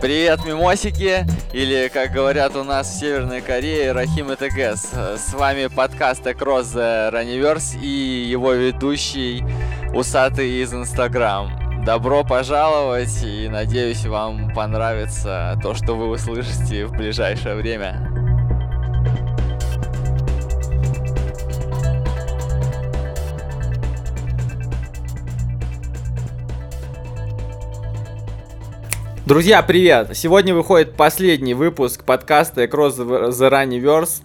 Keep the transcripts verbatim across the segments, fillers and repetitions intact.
Привет, мимосики, или, как говорят у нас в Северной Корее, Рахим и ТГС. С вами подкаст Across the Runniverse и его ведущий Усатый из Инстаграм. Добро пожаловать, и надеюсь, вам понравится то, что вы услышите в ближайшее время. Друзья, привет! Сегодня выходит последний выпуск подкаста Across the Runniverse.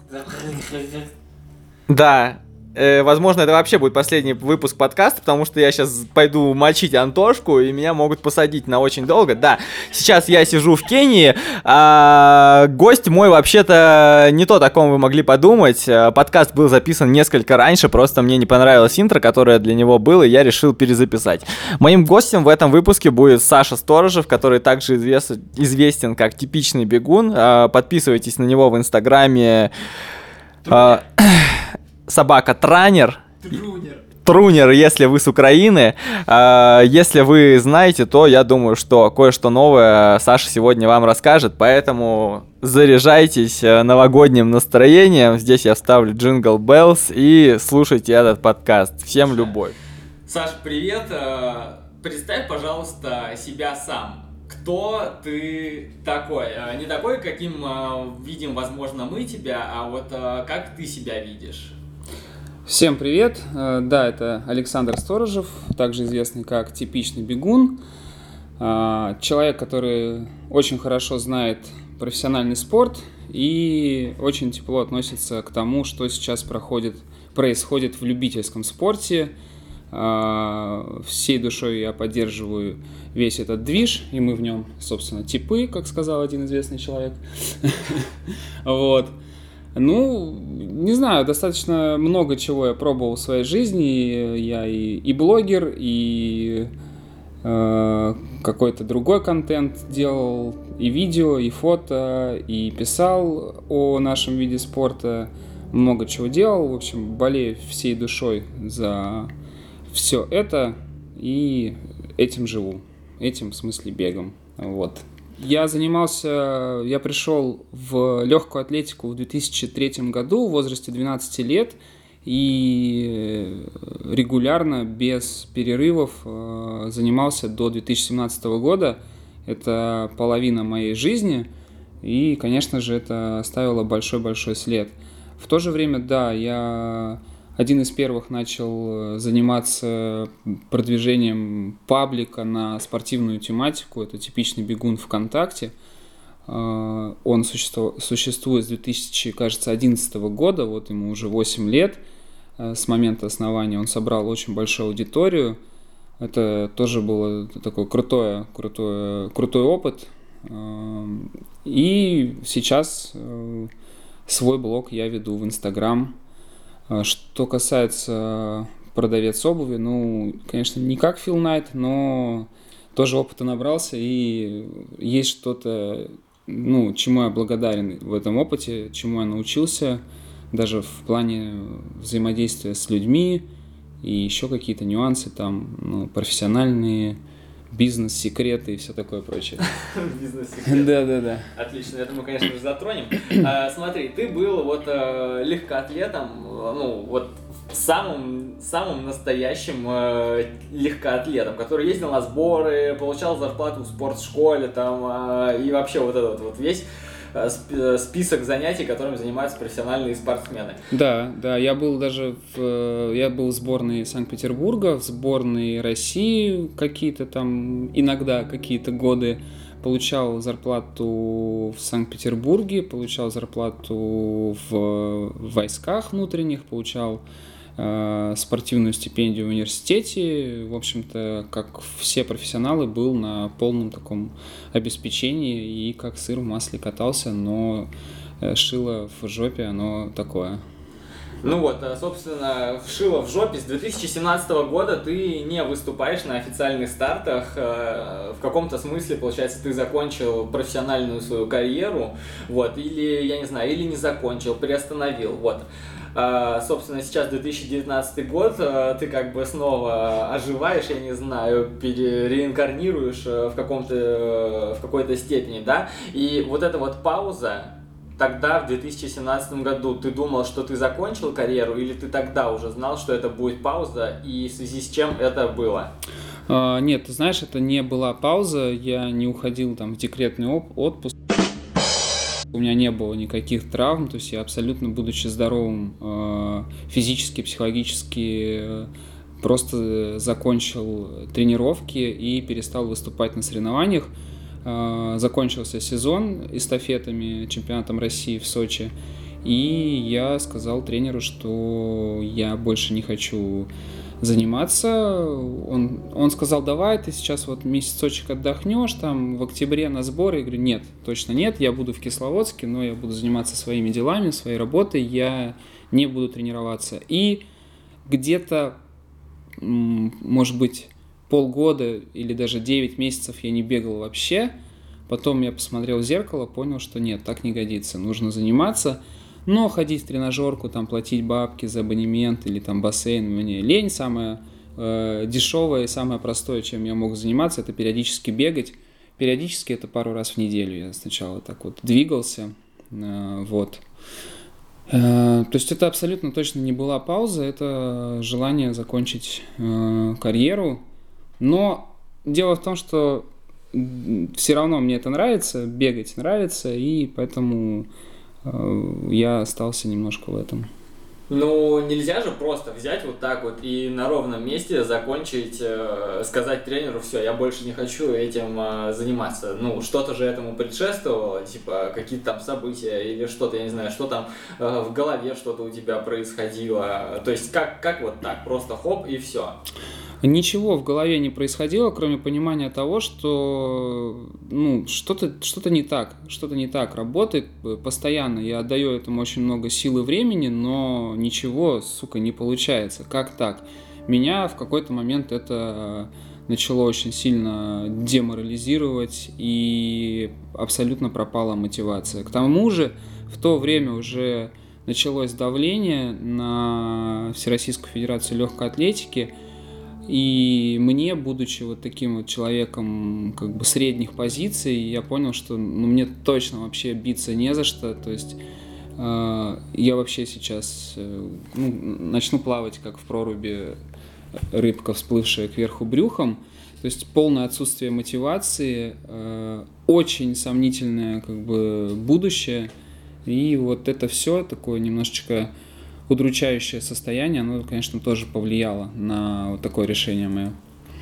Да, э, возможно, это вообще будет последний выпуск подкаста, потому что я сейчас пойду мочить Антошку, и меня могут посадить на очень долго. Да, сейчас я сижу в Кении, а гость мой вообще-то не то, о ком вы могли подумать. Подкаст был записан несколько раньше, просто мне не понравилось интро, которое для него было, и я решил перезаписать. Моим гостем в этом выпуске будет Саша Сторожев, который также извест... известен как Типичный Бегун. Подписывайтесь на него в Инстаграме. Трунер. Собака Транер. Трунер. Трунер, если вы с Украины. Если вы знаете, то я думаю, что кое-что новое Саша сегодня вам расскажет, поэтому заряжайтесь новогодним настроением. Здесь я вставлю Jingle Bells и слушайте этот подкаст. Всем любовь. Саш, привет. Представь, пожалуйста, себя сам. Кто ты такой? Не такой, каким видим, возможно, мы тебя, а вот как ты себя видишь? Всем привет! Да, это Александр Сторожев, также известный как Типичный Бегун. Человек, который очень хорошо знает профессиональный спорт и очень тепло относится к тому, что сейчас проходит, происходит в любительском спорте. Всей душой я поддерживаю весь этот движ, и мы в нем, собственно, типы, как сказал один известный человек. Вот. Ну, не знаю, достаточно много чего я пробовал в своей жизни. Я и, и блогер, и э, какой-то другой контент делал, и видео, и фото, и писал о нашем виде спорта. Много чего делал. В общем, болею всей душой за все это, и этим живу. Этим, в смысле, бегом. Вот. Я занимался, я пришел в легкую атлетику в две тысячи третьем году в возрасте двенадцати лет и регулярно, без перерывов, занимался до две тысячи семнадцатого года. Это половина моей жизни, и, конечно же, это оставило большой-большой след. В то же время, да, я один из первых начал заниматься продвижением паблика на спортивную тематику. Это Типичный Бегун ВКонтакте. Он существует с две тысячи одиннадцатого года, вот ему уже восемь лет с момента основания. Он собрал очень большую аудиторию. Это тоже был такой крутой, крутой, крутой опыт. И сейчас свой блог я веду в Инстаграм. Что касается продавец обуви, ну, конечно, не как Фил Найт, но тоже опыта набрался, и есть что-то, ну, чему я благодарен в этом опыте, чему я научился, даже в плане взаимодействия с людьми, и еще какие-то нюансы там, ну, профессиональные, бизнес-секреты и все такое прочее. Бизнес-секреты. Да-да-да. Отлично, это мы, конечно же, затронем. А, смотри, ты был вот а, легкоатлетом, ну, вот самым, самым настоящим а, легкоатлетом, который ездил на сборы, получал зарплату в спортшколе, там, а, и вообще вот этот вот весь список занятий, которыми занимаются профессиональные спортсмены. Да, да, я был даже в, я был в сборной Санкт-Петербурга, в сборной России какие-то там, иногда какие-то годы, получал зарплату в Санкт-Петербурге, получал зарплату в войсках внутренних, получал э, спортивную стипендию в университете. В общем-то, как все профессионалы, был на полном таком обеспечении и как сыр в масле катался, но шило в жопе, оно такое. Ну вот, собственно, шило в жопе. С две тысячи семнадцатого года ты не выступаешь на официальных стартах. В каком-то смысле, получается, ты закончил профессиональную свою карьеру, вот, или, я не знаю, или не закончил, приостановил, вот. Собственно, сейчас две тысячи девятнадцатый год, ты как бы снова оживаешь, я не знаю, перереинкарнируешь в, каком-то, в какой-то степени, да, и вот эта вот пауза, тогда, в две тысячи семнадцатом году, ты думал, что ты закончил карьеру, или ты тогда уже знал, что это будет пауза, и в связи с чем это было? А, нет, ты знаешь, это не была пауза, я не уходил там в декретный оп- отпуск. У меня не было никаких травм, то есть я абсолютно, будучи здоровым э, физически, психологически, э, просто закончил тренировки и перестал выступать на соревнованиях. Э, закончился сезон эстафетами, чемпионатом России в Сочи, и я сказал тренеру, что я больше не хочу заниматься. Он, он сказал, давай, ты сейчас вот месяцочек отдохнешь, там в октябре на сборы. Я говорю, нет, точно нет, я буду в Кисловодске, но я буду заниматься своими делами, своей работой, я не буду тренироваться. И где-то, может быть, полгода или даже девять месяцев я не бегал вообще. Потом я посмотрел в зеркало, понял, что нет, так не годится, нужно заниматься. Но ходить в тренажерку, там, платить бабки за абонемент или там бассейн мне лень. Самое э, дешевое и самое простое, чем я мог заниматься, это периодически бегать. Периодически это пару раз в неделю я сначала так вот двигался. Э, вот. Э, то есть это абсолютно точно не была пауза, это желание закончить э, карьеру. Но дело в том, что все равно мне это нравится, бегать нравится, и поэтому я остался немножко в этом. Ну, нельзя же просто взять вот так вот и на ровном месте закончить, э, сказать тренеру, все, я больше не хочу этим э, заниматься. Ну, что-то же этому предшествовало, типа какие-то там события или что-то, я не знаю, что там э, в голове что-то у тебя происходило. То есть как, как вот так, просто хоп и все. Ничего в голове не происходило, кроме понимания того, что ну, что-то, что-то не так, что-то не так работает постоянно. Я отдаю этому очень много сил и времени, но ничего, сука, не получается. Как так? Меня в какой-то момент это начало очень сильно деморализировать, и абсолютно пропала мотивация. К тому же в то время уже началось давление на Всероссийскую Федерацию Легкой Атлетики. И мне, будучи вот таким вот человеком как бы средних позиций, я понял, что ну, мне точно вообще биться не за что. То есть э, я вообще сейчас э, ну, начну плавать, как в проруби рыбка, всплывшая кверху брюхом. То есть полное отсутствие мотивации, э, очень сомнительное как бы будущее. И вот это все такое немножечко удручающее состояние, оно, конечно, тоже повлияло на вот такое решение мое.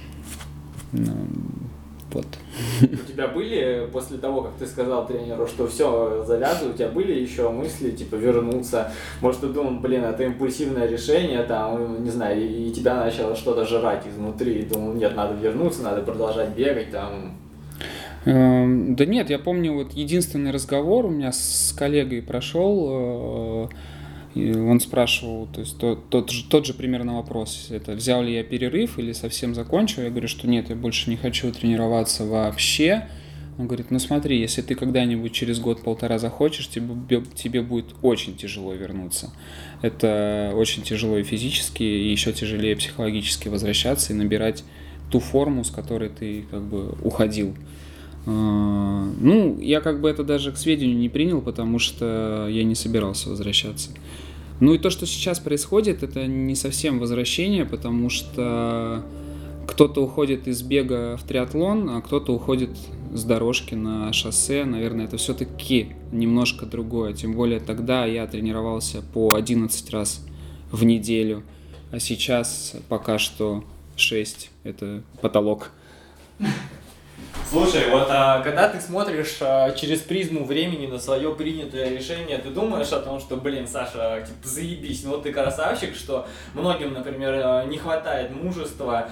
Вот. У тебя были, после того, как ты сказал тренеру, что все, завязывай, у тебя были еще мысли, типа, вернуться? Может, ты думал, блин, это импульсивное решение, там, не знаю, и, и тебя начало что-то жрать изнутри, и думал, нет, надо вернуться, надо продолжать бегать, там... Да нет, я помню, вот единственный разговор у меня с коллегой прошел. И он спрашивал, то есть тот, тот, же, тот же примерно вопрос, это взял ли я перерыв или совсем закончил. Я говорю, что нет, я больше не хочу тренироваться вообще. Он говорит, ну смотри, если ты когда-нибудь через год-полтора захочешь, тебе, тебе будет очень тяжело вернуться. Это очень тяжело и физически, и еще тяжелее психологически возвращаться и набирать ту форму, с которой ты как бы уходил. Ну, я как бы это даже к сведению не принял, потому что я не собирался возвращаться. Ну и то, что сейчас происходит, это не совсем возвращение, потому что кто-то уходит из бега в триатлон, а кто-то уходит с дорожки на шоссе. Наверное, это все-таки немножко другое. Тем более тогда я тренировался по одиннадцать раз в неделю, а сейчас пока что шесть. Это потолок. Слушай, вот а, когда ты смотришь а, через призму времени на свое принятое решение, ты думаешь о том, что, блин, Саша, типа, заебись, ну вот ты красавчик, что многим, например, не хватает мужества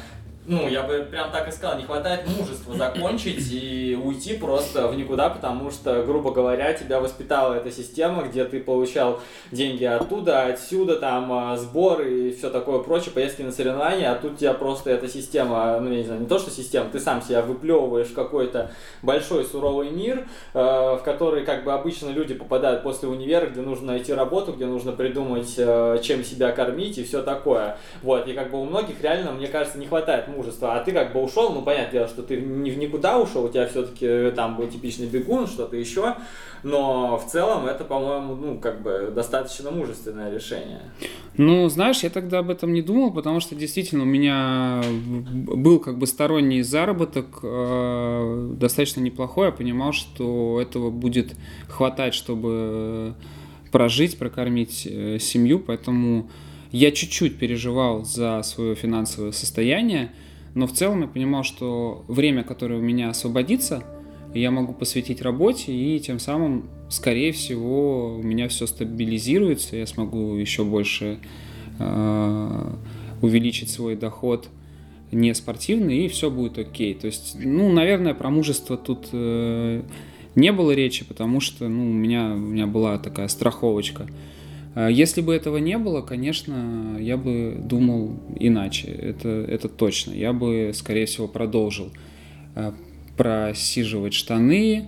Ну, я бы прям так и сказал, не хватает мужества закончить и уйти просто в никуда, потому что, грубо говоря, тебя воспитала эта система, где ты получал деньги оттуда, отсюда, там, сборы и все такое прочее, поездки на соревнования, а тут тебя просто эта система, ну, я не знаю, не то, что система, ты сам себя выплевываешь в какой-то большой суровый мир, э, в который, как бы, обычно люди попадают после универа, где нужно найти работу, где нужно придумать, э, чем себя кормить и все такое. Вот, и, как бы, у многих реально, мне кажется, не хватает мужества. Мужество, а ты как бы ушел, ну понятное дело, что ты не в никуда ушел, у тебя все-таки там был типичный бегун, что-то еще, но в целом это, по-моему, ну как бы достаточно мужественное решение. Ну, знаешь, я тогда об этом не думал, потому что действительно у меня был как бы сторонний заработок э, достаточно неплохой, я понимал, что этого будет хватать, чтобы прожить, прокормить э, семью, поэтому я чуть-чуть переживал за свое финансовое состояние, но в целом я понимал, что время, которое у меня освободится, я могу посвятить работе, и тем самым, скорее всего, у меня все стабилизируется, я смогу еще больше э, увеличить свой доход не спортивный, и все будет окей. То есть, ну, наверное, про мужество тут э, не было речи, потому что, ну, у меня, у меня была такая страховочка. Если бы этого не было, конечно, я бы думал иначе, это, это точно. Я бы, скорее всего, продолжил просиживать штаны,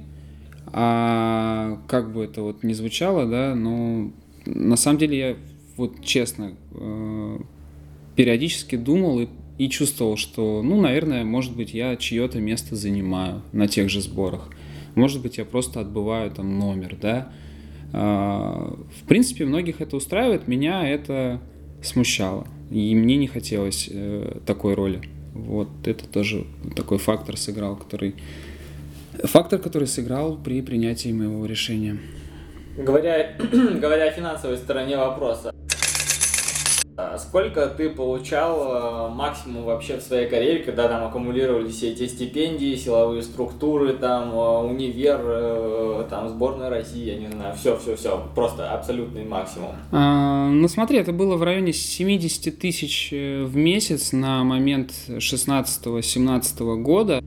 а как бы это вот ни звучало, да, но на самом деле я вот честно периодически думал и, и чувствовал, что, ну, наверное, может быть, я чье-то место занимаю на тех же сборах, может быть, я просто отбываю там номер, да. В принципе, многих это устраивает, меня это смущало, и мне не хотелось такой роли. Вот это тоже такой фактор сыграл, который фактор, который сыграл при принятии моего решения. Говоря, говоря о финансовой стороне вопроса, сколько ты получал максимум вообще в своей карьере, когда там аккумулировались все эти стипендии, силовые структуры, там универ, там сборная России, я не знаю, все-все-все, просто абсолютный максимум? А, ну смотри, это было в районе семьдесят тысяч в месяц на момент шестнадцатого-семнадцатого года,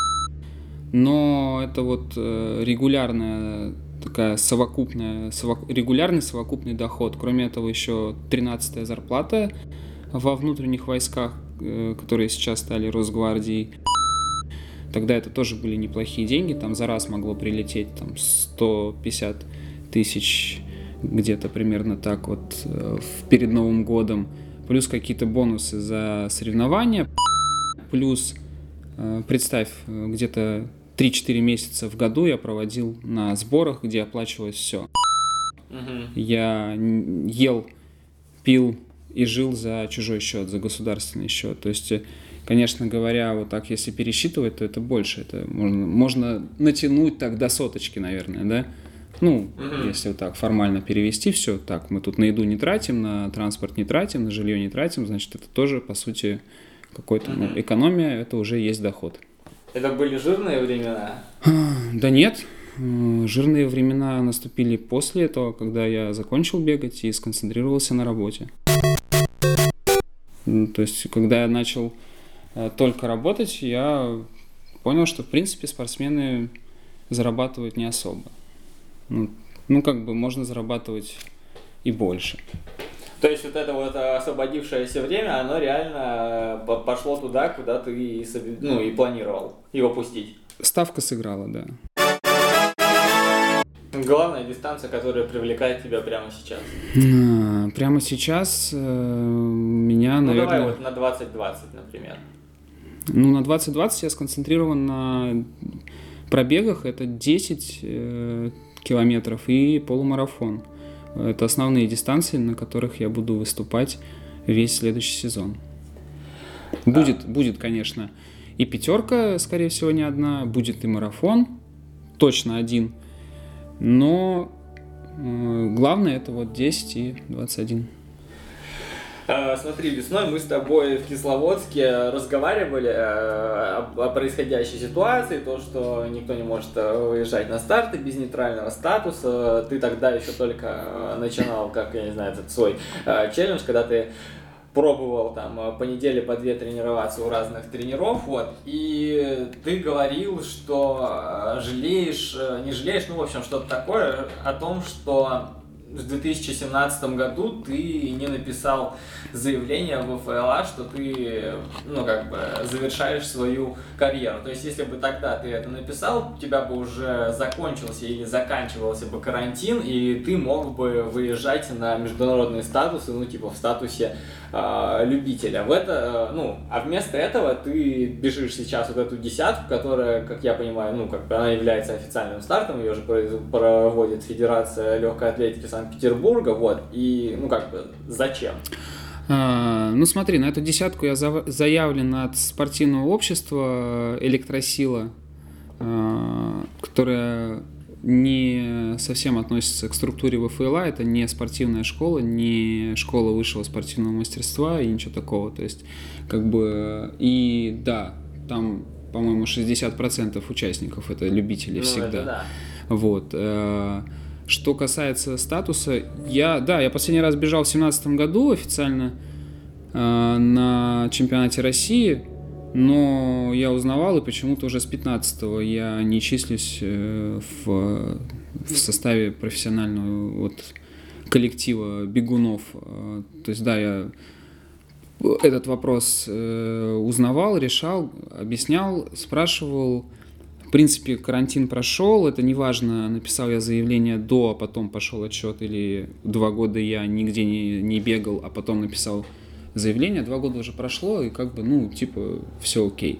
но это вот регулярная такая совокупная, совок, регулярный совокупный доход. Кроме этого, еще тринадцатая зарплата во внутренних войсках, которые сейчас стали Росгвардией. Тогда это тоже были неплохие деньги, там за раз могло прилететь там, сто пятьдесят тысяч, где-то примерно так вот перед Новым годом. Плюс какие-то бонусы за соревнования. Плюс, представь, где-то три-четыре месяца в году я проводил на сборах, где оплачивалось все. Uh-huh. Я ел, пил и жил за чужой счет, за государственный счет. То есть, конечно говоря, вот так, если пересчитывать, то это больше. Это можно, можно натянуть так до соточки, наверное, да? Ну, uh-huh. если вот так формально перевести все, так, мы тут на еду не тратим, на транспорт не тратим, на жилье не тратим, значит, это тоже, по сути, какой-то, uh-huh. ну, экономия, это уже есть доход. Это были жирные времена? Да нет, жирные времена наступили после этого, когда я закончил бегать и сконцентрировался на работе. То есть, когда я начал только работать, я понял, что, в принципе, спортсмены зарабатывают не особо. Ну, ну как бы, можно зарабатывать и больше. То есть вот это вот освободившееся время, оно реально пошло туда, куда ты и, ну, и планировал его пустить. Ставка сыграла, да. Главная дистанция, которая привлекает тебя прямо сейчас? А, прямо сейчас э, меня, ну, наверное... Ну давай вот на двадцать двадцать, например. Ну на двадцать двадцать я сконцентрирован на пробегах, это десять э, километров и полумарафон. Это основные дистанции, на которых я буду выступать весь следующий сезон. Да. Будет, будет, конечно, и пятерка, скорее всего, не одна, будет и марафон, точно один, но э, главное это вот десять и двадцать один. Смотри, весной мы с тобой в Кисловодске разговаривали о, о происходящей ситуации, то, что никто не может выезжать на старты без нейтрального статуса. Ты тогда еще только начинал, как, я не знаю, этот свой челлендж, когда ты пробовал там по неделе, по две тренироваться у разных тренеров, вот, и ты говорил, что жалеешь, не жалеешь, ну, в общем, что-то такое о том, что в две тысячи семнадцатом году ты не написал заявление в эф эл а, что ты, ну, как бы, завершаешь свою карьеру. То есть, если бы тогда ты это написал, у тебя бы уже закончился или заканчивался бы карантин, и ты мог бы выезжать на международные статусы, ну, типа, в статусе э, любителя. В это, э, ну, а вместо этого ты бежишь сейчас вот эту десятку, которая, как я понимаю, ну, как бы она является официальным стартом, ее же проводит Федерация легкой атлетики Санкт-Петербурга, вот, и, ну, как бы, зачем? А, ну, смотри, на эту десятку я заявлен от спортивного общества «Электросила», которое не совсем относится к структуре в эф эл а, это не спортивная школа, не школа высшего спортивного мастерства и ничего такого, то есть, как бы, и да, там, по-моему, шестьдесят процентов участников это любители, ну, всегда, это да. Вот. Что касается статуса, я, да, я последний раз бежал в семнадцатом году официально э, на чемпионате России, но я узнавал, и почему-то уже с пятнадцатого я не числюсь э, в, в составе профессионального вот, коллектива бегунов. Э, то есть, да, я этот вопрос э, узнавал, решал, объяснял, спрашивал. В принципе, карантин прошел, это не важно, написал я заявление до, а потом пошел отчет, или два года я нигде не, не бегал, а потом написал заявление, два года уже прошло, и как бы, ну, типа, все окей.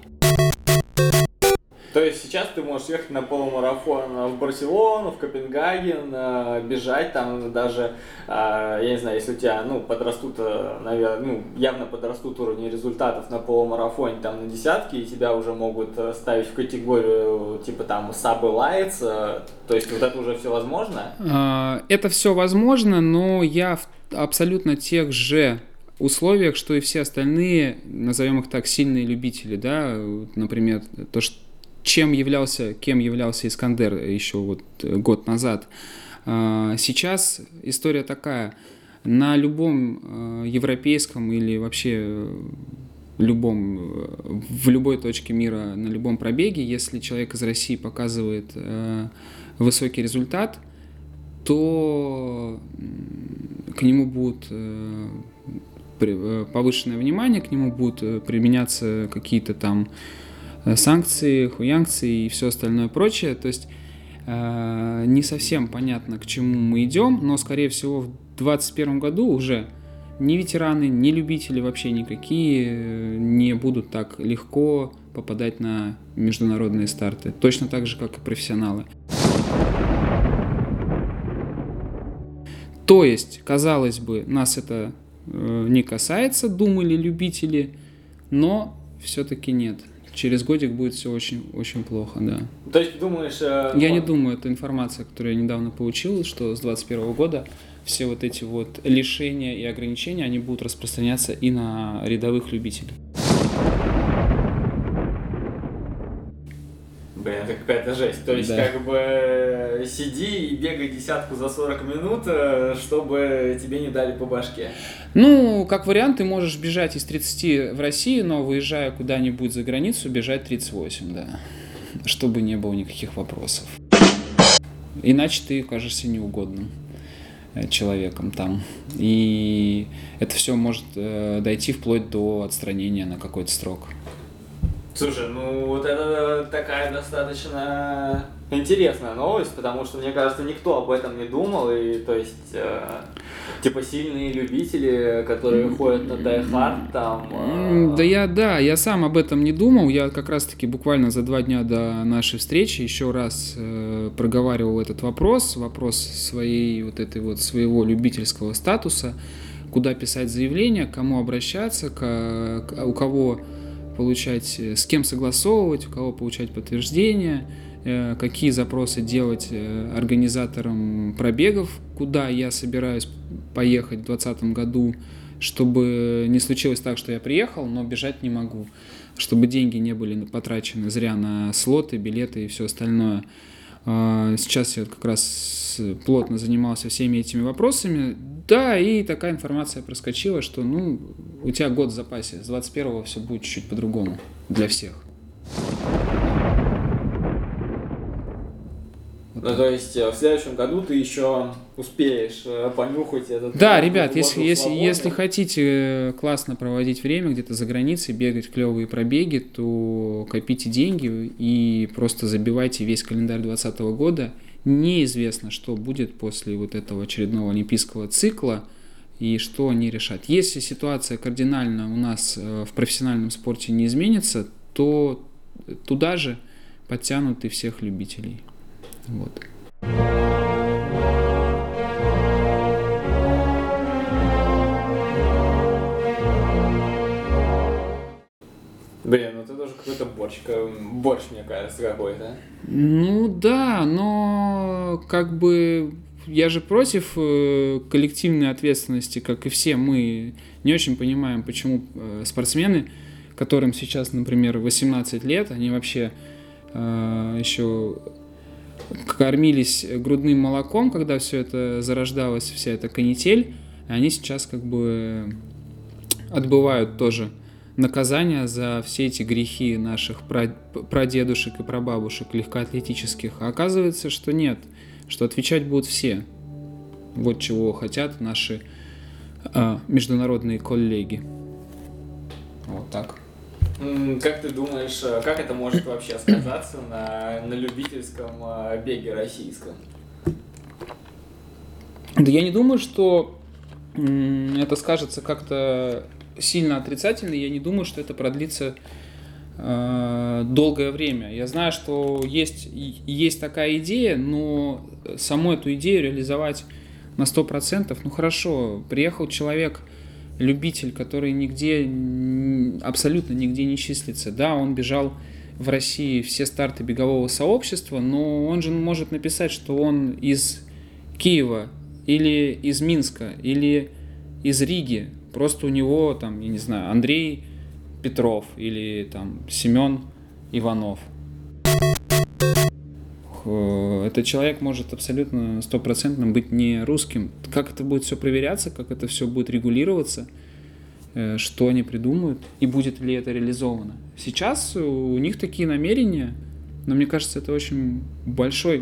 То есть сейчас ты можешь ехать на полумарафон в Барселону, в Копенгаген, бежать там даже, я не знаю, если у тебя, ну, подрастут, наверное, ну, явно подрастут уровни результатов на полумарафоне, там, на десятки, и тебя уже могут ставить в категорию, типа, там, Сабы Лайтс, то есть вот это уже все возможно? Это все возможно, но я в абсолютно тех же условиях, что и все остальные, назовем их так, сильные любители, да, например, то, что чем являлся, кем являлся Искандер еще вот год назад. Сейчас история такая. На любом европейском или вообще любом, в любой точке мира, на любом пробеге, если человек из России показывает высокий результат, то к нему будет повышенное внимание, к нему будут применяться какие-то там санкции, хуянкции и все остальное прочее. То есть э, не совсем понятно, к чему мы идем, но, скорее всего, в двадцать первом году уже ни ветераны, ни любители вообще никакие не будут так легко попадать на международные старты. Точно так же, как и профессионалы. То есть, казалось бы, нас это э, не касается, думали любители, но все-таки нет. Через годик будет все очень, очень плохо, да. То есть, думаешь... Э, я не думаю, это информация, которую я недавно получил, что с двадцать первого года все вот эти вот лишения и ограничения, они будут распространяться и на рядовых любителей. Блин, это какая-то жесть. То есть, да. Как бы сиди и бегай десятку за сорок минут, чтобы тебе не дали по башке. Ну, как вариант, ты можешь бежать из тридцати в России, но выезжая куда-нибудь за границу, бежать тридцать восемь, да. Чтобы не было никаких вопросов. Иначе ты кажешься неугодным человеком там. И это все может э, дойти вплоть до отстранения на какой-то срок. Слушай, ну вот это такая достаточно интересная новость, потому что, мне кажется, никто об этом не думал, и то есть, э, типа, сильные любители, которые ходят на Die Hard, там... Э... Да я, да, я сам об этом не думал, я как раз-таки буквально за два дня до нашей встречи еще раз э, проговаривал этот вопрос, вопрос своей вот этой вот своего любительского статуса, куда писать заявление, к кому обращаться, к, к, у кого... получать, с кем согласовывать, у кого получать подтверждение, какие запросы делать организаторам пробегов, куда я собираюсь поехать в двадцатом году, чтобы не случилось так, что я приехал, но бежать не могу, чтобы деньги не были потрачены зря на слоты, билеты и все остальное. Сейчас я как раз плотно занимался всеми этими вопросами. Да, и такая информация проскочила, что ну, у тебя год в запасе, с двадцать первого все будет чуть-чуть по-другому для всех. Ну, то есть в следующем году ты еще успеешь понюхать этот... Да, ребят, если, если, если хотите классно проводить время где-то за границей, бегать клевые пробеги, то копите деньги и просто забивайте весь календарь двадцатого года. Неизвестно, что будет после вот этого очередного олимпийского цикла и что они решат. Если ситуация кардинально у нас в профессиональном спорте не изменится, то туда же подтянут и всех любителей. Вот. Блин, ну ты тоже какой-то борщ, борщ, мне кажется, какой-то. Ну да, но как бы я же против коллективной ответственности, как и все. Мы не очень понимаем, почему спортсмены, которым сейчас, например, восемнадцать лет, они вообще э, еще кормились грудным молоком, когда все это зарождалось, вся эта канитель, и они сейчас как бы отбывают тоже наказание за все эти грехи наших прадедушек и прабабушек легкоатлетических. А оказывается, что нет, что отвечать будут все. Вот чего хотят наши а, международные коллеги. Вот так. Как ты думаешь, как это может вообще сказаться на, на любительском беге российском? Да я не думаю, что это скажется как-то сильно отрицательно. Я не думаю, что это продлится э, долгое время. Я знаю, что есть, есть такая идея, но саму эту идею реализовать на сто процентов, ну хорошо, приехал человек, любитель, который нигде, абсолютно нигде не числится. Да, он бежал в России все старты бегового сообщества, но он же может написать, что он из Киева или из Минска или из Риги. Просто у него там, я не знаю, Андрей Петров или там Семен Иванов. Этот человек может абсолютно стопроцентно быть не русским. Как это будет все проверяться, как это все будет регулироваться, что они придумают и будет ли это реализовано. Сейчас у них такие намерения, но мне кажется, это очень большой,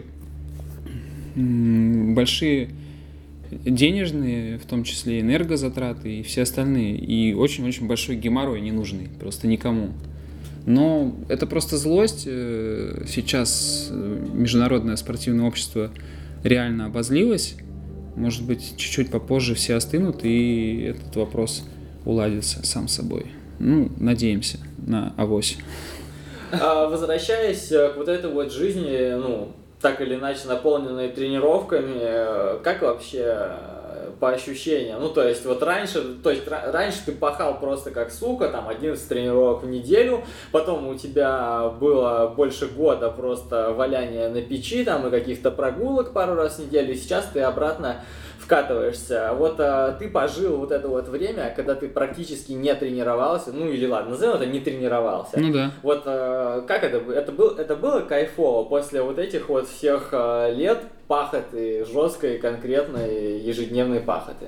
большие денежные, в том числе энергозатраты и все остальные, и очень-очень большой геморрой ненужный, просто никому. Но это просто злость. Сейчас международное спортивное общество реально обозлилось. Может быть, чуть-чуть попозже все остынут, и этот вопрос уладится сам собой. Ну, надеемся на авось. А, возвращаясь к вот этой вот жизни, ну, так или иначе наполненной тренировками, как вообще по ощущениям? Ну, то есть, вот раньше, то есть, раньше ты пахал просто как сука, там, одиннадцать тренировок в неделю, потом у тебя было больше года просто валяния на печи, там, и каких-то прогулок пару раз в неделю, и сейчас ты обратно вкатываешься. Вот а, ты пожил вот это вот время, когда ты практически не тренировался, ну или ладно, назовем это не тренировался. Ну да. Вот а, как это, это, был, это было кайфово после вот этих вот всех а, лет пахоты, жесткой, конкретной, ежедневной пахоты?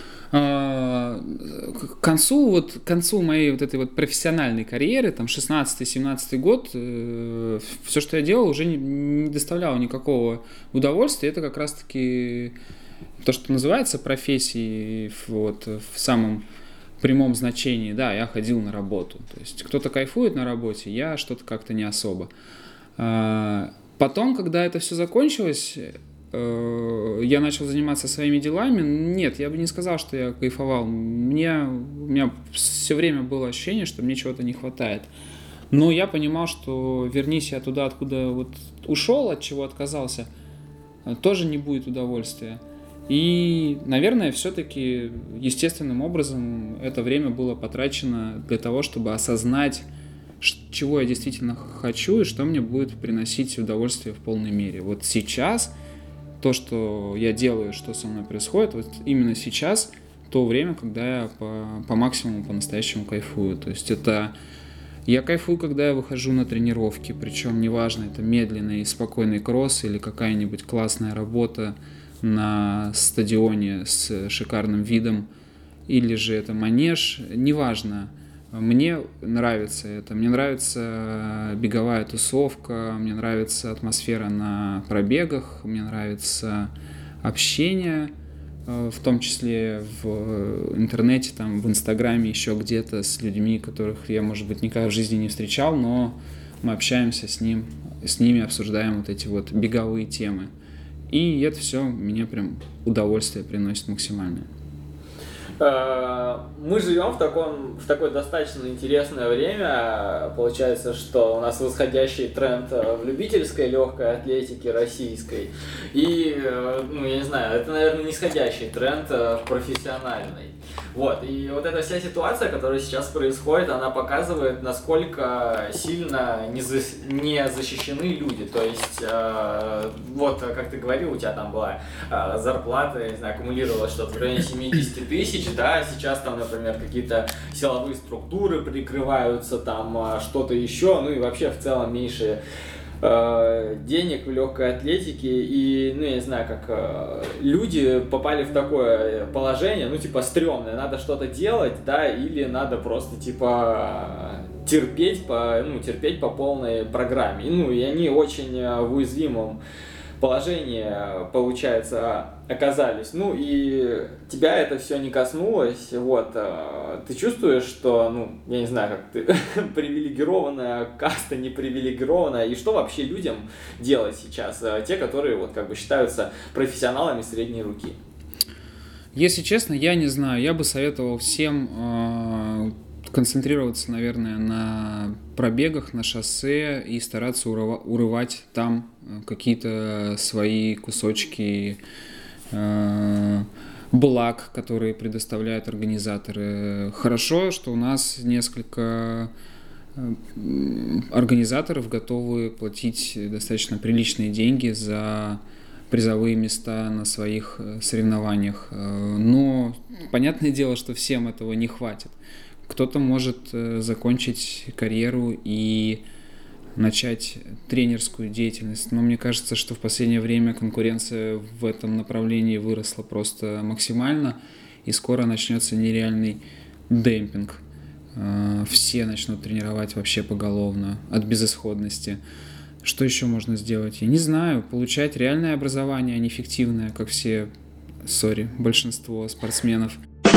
К концу, вот, к концу моей вот этой вот профессиональной карьеры, там шестнадцатый-семнадцатый год, э, все, что я делал, уже не, не доставляло никакого удовольствия. Это как раз-таки то, что называется профессией вот, в самом прямом значении. Да, я ходил на работу. То есть кто-то кайфует на работе, я что-то как-то не особо. А, потом, когда это все закончилось, я начал заниматься своими делами. Нет, я бы не сказал, что я кайфовал. Мне, у меня все время было ощущение, что мне чего-то не хватает. Но я понимал, что вернись я туда, откуда вот ушел, от чего отказался, тоже не будет удовольствия. И, наверное, все-таки естественным образом это время было потрачено для того, чтобы осознать, чего я действительно хочу и что мне будет приносить удовольствие в полной мере. Вот сейчас то, что я делаю, что со мной происходит, вот именно сейчас то время, когда я по, по максимуму по-настоящему кайфую. То есть это Я кайфую, когда я выхожу на тренировки, причем неважно, это медленный и спокойный кросс или какая-нибудь классная работа на стадионе с шикарным видом, или же это манеж, неважно. Мне нравится это, мне нравится беговая тусовка, мне нравится атмосфера на пробегах, мне нравится общение, в том числе в интернете, там, в Инстаграме, еще где-то с людьми, которых я, может быть, никогда в жизни не встречал, но мы общаемся с ним, с ними обсуждаем вот эти вот беговые темы. И это все мне прям удовольствие приносит максимальное. Мы живем в таком, в такое достаточно интересное время. Получается, что у нас восходящий тренд в любительской легкой атлетике российской. И, ну, я не знаю, это, наверное, нисходящий тренд в профессиональной. Вот, и вот эта вся ситуация, которая сейчас происходит, она показывает, насколько сильно не, за, не защищены люди. То есть, э, вот, как ты говорил, у тебя там была э, зарплата, я не знаю, аккумулировалось что-то в районе семьдесят тысяч, да, сейчас там, например, какие-то силовые структуры прикрываются, там э, что-то еще, ну и вообще в целом меньше денег в легкой атлетике, и, ну, я не знаю, как э, люди попали в такое положение, ну, типа, стрёмное, надо что-то делать, да, или надо просто, типа, терпеть по, ну, терпеть по полной программе, и, ну, и они очень в уязвимом положении, получается, оказались. Ну и тебя это все не коснулось, вот. Ты чувствуешь, что, ну, я не знаю, как ты, привилегированная каста, не привилегированная, и что вообще людям делать сейчас, те, которые вот как бы считаются профессионалами средней руки? Если честно, я не знаю, я бы советовал всем э, концентрироваться, наверное, на пробегах, на шоссе и стараться урыва- урывать там какие-то свои кусочки э, благ, которые предоставляют организаторы. Хорошо, что у нас несколько организаторов готовы платить достаточно приличные деньги за призовые места на своих соревнованиях. Но понятное дело, что всем этого не хватит. Кто-то может закончить карьеру и начать тренерскую деятельность, но мне кажется, что в последнее время конкуренция в этом направлении выросла просто максимально, и скоро начнется нереальный демпинг. Все начнут тренировать вообще поголовно, от безысходности. Что еще можно сделать? Я не знаю. Получать реальное образование, а не фиктивное, как все, сори, большинство спортсменов.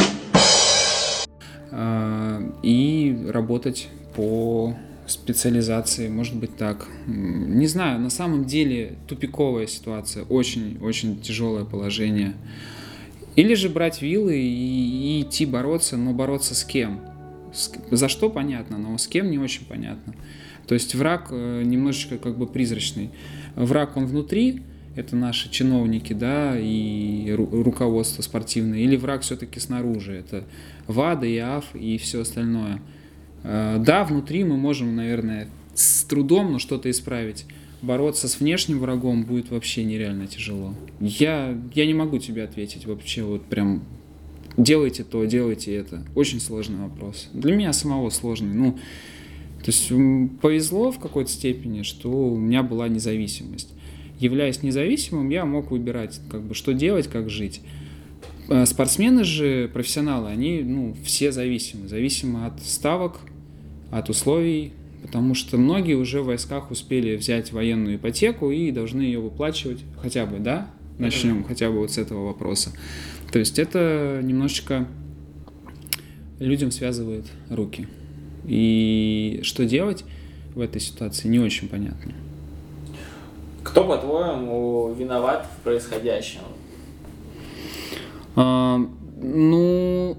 И работать по специализации, может быть так. Не знаю, на самом деле тупиковая ситуация, очень-очень тяжелое положение. Или же брать вилы и, и идти бороться, но бороться с кем? С, за что понятно, но с кем не очень понятно. То есть враг немножечко как бы призрачный. Враг он внутри, это наши чиновники, да, и ру- руководство спортивное, или враг все-таки снаружи, это ВАДА, ИАФ и все остальное. Да, внутри мы можем, наверное, с трудом, но что-то исправить. Бороться с внешним врагом будет вообще нереально тяжело. Я, я не могу тебе ответить вообще вот прям делайте то, делайте это. Очень сложный вопрос. Для меня самого сложный. Ну, то есть повезло в какой-то степени, что у меня была независимость. Являясь независимым, я мог выбирать, как бы, что делать, как жить. Спортсмены же, профессионалы, они, ну, все зависимы. Зависимы от ставок, от условий, потому что многие уже в войсках успели взять военную ипотеку и должны ее выплачивать хотя бы, да? Начнем mm-hmm. хотя бы вот с этого вопроса. То есть это немножечко людям связывает руки. И что делать в этой ситуации, не очень понятно. Кто, по-твоему, виноват в происходящем? А, ну,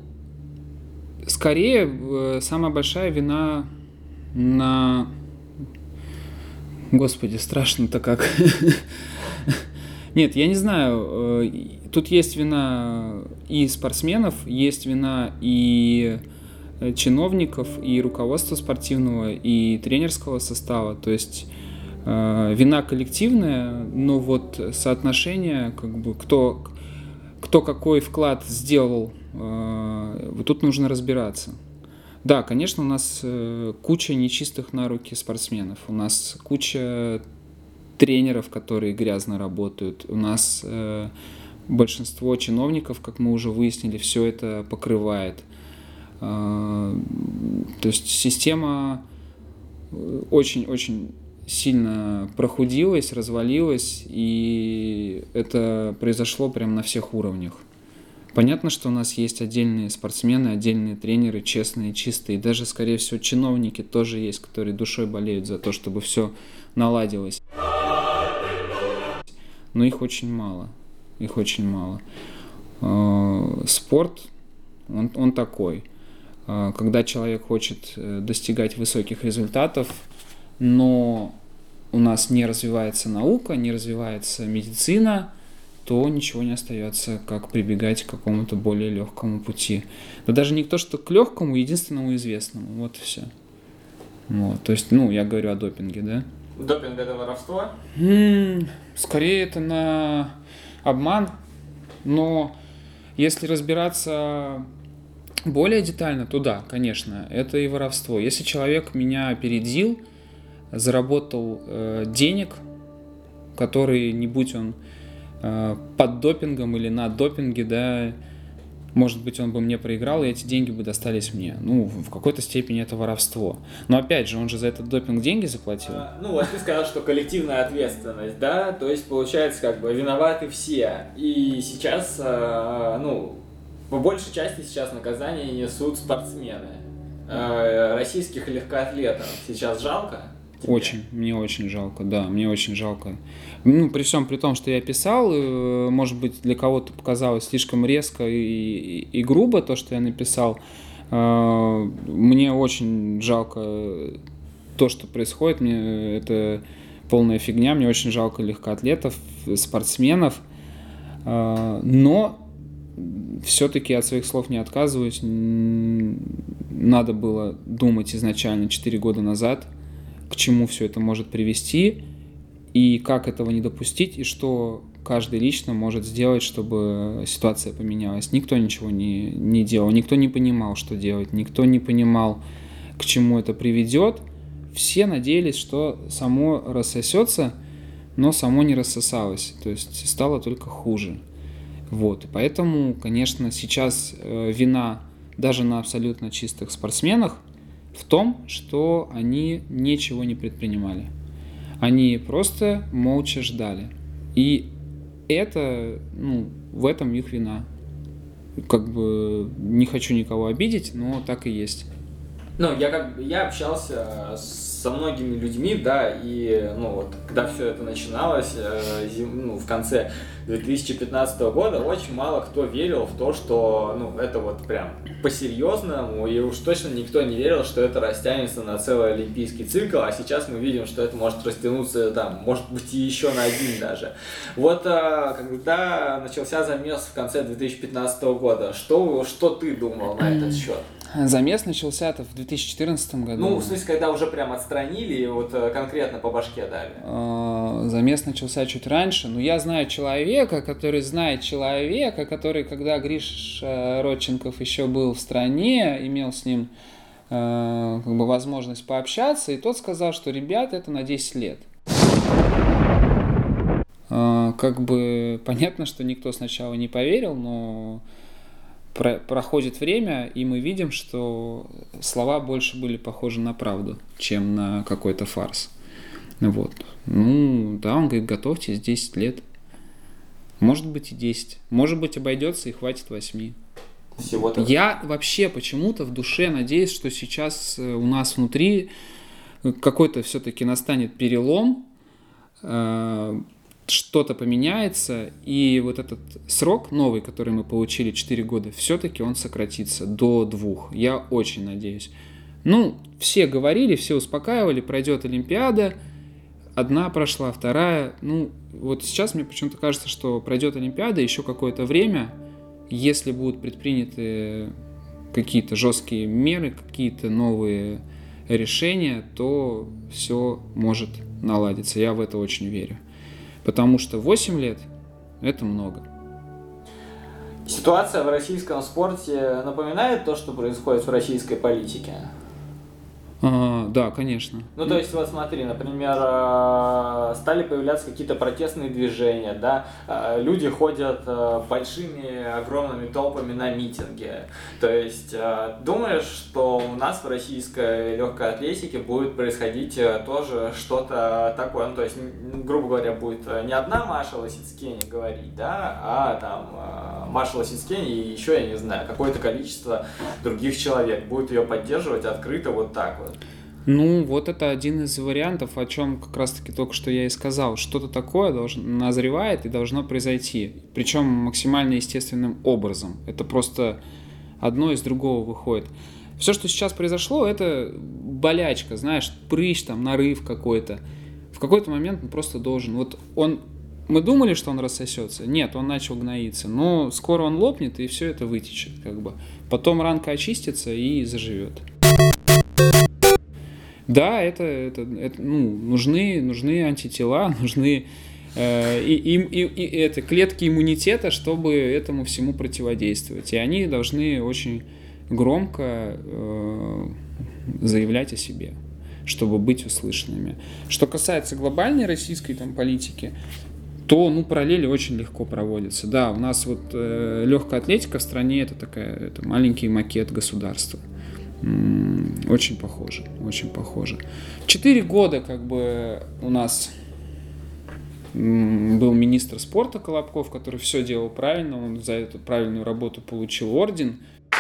скорее, самая большая вина на... Господи, страшно-то как. Нет, я не знаю. Тут есть вина и спортсменов, есть вина и чиновников, и руководства спортивного, и тренерского состава. То есть вина коллективная, но вот соотношение, как бы, кто, кто какой вклад сделал, вот тут нужно разбираться. Да, конечно, у нас э, куча нечистых на руки спортсменов, у нас куча тренеров, которые грязно работают, у нас э, большинство чиновников, как мы уже выяснили, все это покрывает. Э, то есть система очень-очень сильно прохудилась, развалилась, и это произошло прямо на всех уровнях. Понятно, что у нас есть отдельные спортсмены, отдельные тренеры, честные, чистые. И даже, скорее всего, чиновники тоже есть, которые душой болеют за то, чтобы все наладилось. Но их очень мало. Их очень мало. Спорт, он, он такой. Когда человек хочет достигать высоких результатов, но у нас не развивается наука, не развивается медицина, то ничего не остается, как прибегать к какому-то более легкому пути. Да даже не то, что к легкому, единственному известному. Вот и все. Вот. То есть, ну, я говорю о допинге, да? Допинг — это воровство? М-м, скорее это на обман, но если разбираться более детально, то да, конечно, это и воровство. Если человек меня опередил, заработал э, денег, которые, не будь он под допингом или на допинге, да, может быть, он бы мне проиграл, и эти деньги бы достались мне. Ну, в какой-то степени это воровство. Но опять же, он же за этот допинг деньги заплатил. А, ну, вот ты сказал, что коллективная ответственность, да, то есть, получается, как бы виноваты все. И сейчас, а, ну, по большей части сейчас наказание несут спортсмены. А, российских легкоатлетов сейчас жалко? Очень, мне очень жалко, да, мне очень жалко. Ну, при всем при том, что я писал, может быть, для кого-то показалось слишком резко и, и, и грубо то, что я написал. Мне очень жалко то, что происходит, мне это полная фигня, мне очень жалко легкоатлетов, спортсменов, но все-таки от своих слов не отказываюсь. Надо было думать изначально четыре года назад, к чему все это может привести, и как этого не допустить, и что каждый лично может сделать, чтобы ситуация поменялась. Никто ничего не, не делал, никто не понимал, что делать, никто не понимал, к чему это приведет. Все надеялись, что само рассосется, но само не рассосалось, то есть стало только хуже. Вот. И поэтому, конечно, сейчас вина даже на абсолютно чистых спортсменах в том, что они ничего не предпринимали. Они просто молча ждали. И это, ну, в этом их вина. Как бы не хочу никого обидеть, но так и есть. Ну, я как бы, я общался со многими людьми, да, и, ну, вот, когда все это начиналось, э, зим, ну, в конце две тысячи пятнадцатого года, очень мало кто верил в то, что, ну, это вот прям по-серьезному, и уж точно никто не верил, что это растянется на целый олимпийский цикл, а сейчас мы видим, что это может растянуться, там, может быть, и еще на один даже. Вот, э, когда начался замес в конце две тысячи пятнадцатого года, что, что ты думал на этот счет? Замес начался-то в две тысячи четырнадцатом году. Ну, в смысле, когда уже прям отстранили и вот конкретно по башке дали. Замес начался чуть раньше, но я знаю человека, который знает человека, который, когда Гриша Родченков еще был в стране, имел с ним как бы возможность пообщаться, и тот сказал, что, ребят, это на десять лет. Как бы понятно, что никто сначала не поверил, но Про- проходит время, и мы видим, что слова больше были похожи на правду, чем на какой-то фарс. Вот. Ну, да, он говорит, готовьтесь, десять лет. Может быть и десять. Может быть обойдется и хватит восьми. Всего-то. Я вообще почему-то в душе надеюсь, что сейчас у нас внутри какой-то все-таки настанет перелом, что-то поменяется, и вот этот срок новый, который мы получили четыре года, все-таки он сократится до двух. Я очень надеюсь. Ну, все говорили, все успокаивали, пройдет Олимпиада, одна прошла, вторая. Ну, вот сейчас мне почему-то кажется, что пройдет Олимпиада еще какое-то время, если будут предприняты какие-то жесткие меры, какие-то новые решения, то все может наладиться. Я в это очень верю. Потому что восемь лет – это много. Ситуация в российском спорте напоминает то, что происходит в российской политике? А, да, конечно. Ну, то есть, вот смотри, например, э, стали появляться какие-то протестные движения, да, э, люди ходят э, большими, огромными толпами на митинги. То есть, э, думаешь, что у нас в российской легкой атлетике будет происходить э, тоже что-то такое, ну, то есть, м, грубо говоря, будет э, не одна Маша Лосицкени говорить, да, а там э, Маша Лосицкени и еще, я не знаю, какое-то количество других человек будет ее поддерживать открыто вот так вот. Ну, вот это один из вариантов, о чем как раз-таки только что я и сказал. Что-то такое должно, назревает и должно произойти. Причем максимально естественным образом. Это просто одно из другого выходит. Все, что сейчас произошло, это болячка, знаешь, прыщ, там, нарыв какой-то. В какой-то момент он просто должен... Вот он... Мы думали, что он рассосется. Нет, он начал гноиться. Но скоро он лопнет, и все это вытечет, как бы. Потом ранка очистится и заживет. Да, это, это, это ну, нужны, нужны антитела, нужны э, и, и, и, и это, клетки иммунитета, чтобы этому всему противодействовать. И они должны очень громко э, заявлять о себе, чтобы быть услышанными. Что касается глобальной российской там, политики, то ну, параллели очень легко проводятся. Да, у нас вот э, легкая атлетика в стране это такая, это маленький макет государства. Очень похоже, очень похоже. Четыре года как бы у нас был министр спорта Колобков, который все делал правильно, он за эту правильную работу получил орден.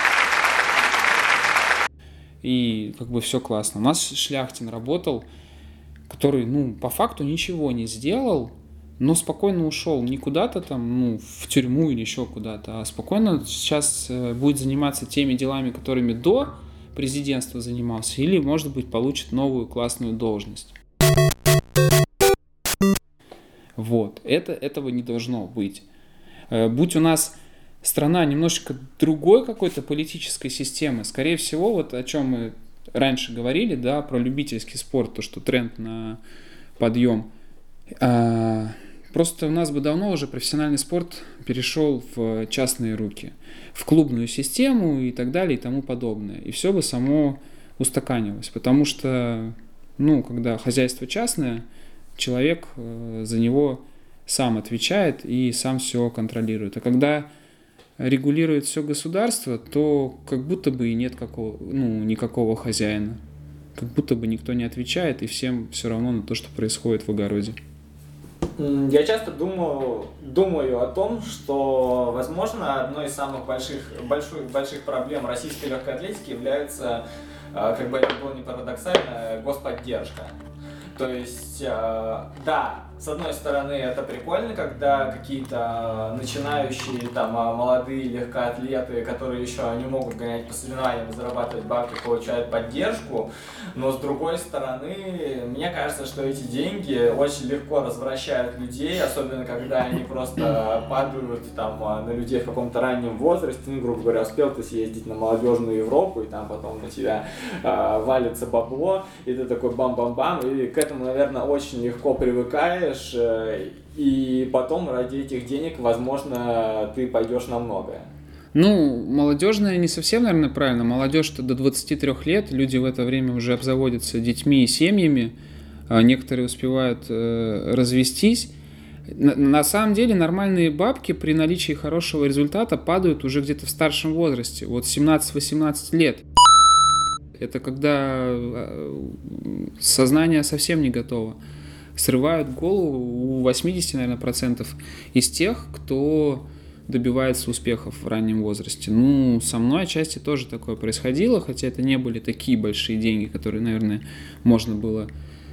И как бы все классно. У нас Шляхтин работал, который, ну, по факту ничего не сделал, но спокойно ушел не куда-то там, ну, в тюрьму или еще куда-то, а спокойно сейчас будет заниматься теми делами, которыми до президентства занимался, или, может быть, получит новую классную должность. Вот. Это, этого не должно быть. Будь у нас страна немножечко другой какой-то политической системы, скорее всего, вот о чем мы раньше говорили, да, про любительский спорт, то, что тренд на подъем. Просто у нас бы давно уже профессиональный спорт перешел в частные руки, в клубную систему и так далее и тому подобное. И все бы само устаканилось. Потому что, ну, когда хозяйство частное, человек за него сам отвечает и сам все контролирует. А когда регулирует все государство, то как будто бы и нет какого, ну, никакого хозяина. Как будто бы никто не отвечает, и всем все равно на то, что происходит в огороде. Я часто думаю, думаю о том, что, возможно, одной из самых больших, больших, больших проблем российской легкой атлетики является, как бы это было не парадоксально, господдержка. То есть, да, с одной стороны, это прикольно, когда какие-то начинающие, там, молодые легкоатлеты, которые еще не могут гонять по соревнованиям и зарабатывать бабки, получают поддержку, но с другой стороны, мне кажется, что эти деньги очень легко развращают людей, особенно когда они просто падают там на людей в каком-то раннем возрасте, ну, грубо говоря, успел ты съездить на молодежную Европу, и там потом на тебя э, валится бабло, и ты такой бам-бам-бам, и к этому, наверное, очень легко привыкаешь, и потом ради этих денег, возможно, ты пойдешь на многое. Ну, молодежная не совсем, наверное, правильно. Молодежь-то до двадцати трёх лет, люди в это время уже обзаводятся детьми и семьями, а некоторые успевают э, развестись. На, на самом деле нормальные бабки при наличии хорошего результата падают уже где-то в старшем возрасте, вот семнадцать-восемнадцать лет. Это когда сознание совсем не готово. Срывают голову у восемьдесят, наверное, процентов из тех, кто добивается успехов в раннем возрасте. Ну, со мной отчасти тоже такое происходило, хотя это не были такие большие деньги, которые, наверное, можно было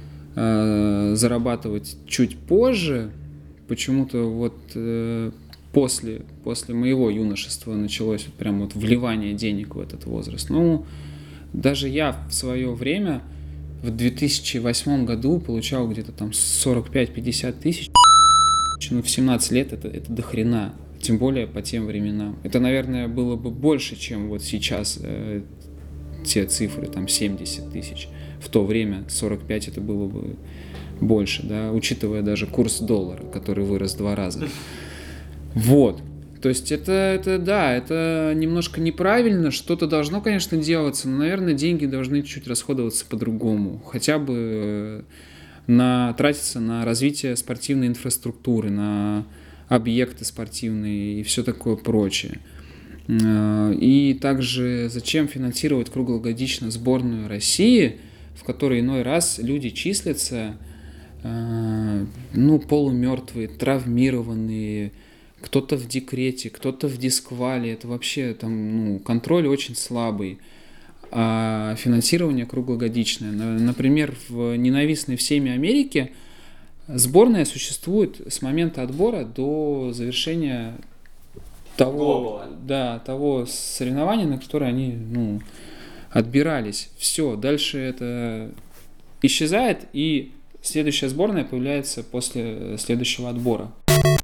э, зарабатывать чуть позже. Почему-то вот э, после, после моего юношества началось вот прям вот вливание денег в этот возраст. Ну, даже я в свое время в две тысячи восьмом году получал где-то там сорок пять-пятьдесят тысяч. Ну, в семнадцать лет это, это до хрена. Тем более по тем временам. Это, наверное, было бы больше, чем вот сейчас э, те цифры, там семьдесят тысяч. В то время сорок пять это было бы больше, да, учитывая даже курс доллара, который вырос два раза. Вот. То есть это, это, да, это немножко неправильно, что-то должно, конечно, делаться, но, наверное, деньги должны чуть-чуть расходоваться по-другому, хотя бы на, тратиться на развитие спортивной инфраструктуры, на объекты спортивные и все такое прочее. И также зачем финансировать круглогодично сборную России, в которой иной раз люди числятся, ну, полумертвые, травмированные, кто-то в декрете, кто-то в дисквале, это вообще там, ну, контроль очень слабый, а финансирование круглогодичное. Например, в ненавистной всеми Америке сборная существует с момента отбора до завершения того, да, того соревнования, на которое они, ну, отбирались. Все, дальше это исчезает, и следующая сборная появляется после следующего отбора.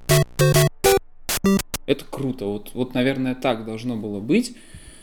Это круто. Вот, вот, наверное, так должно было быть.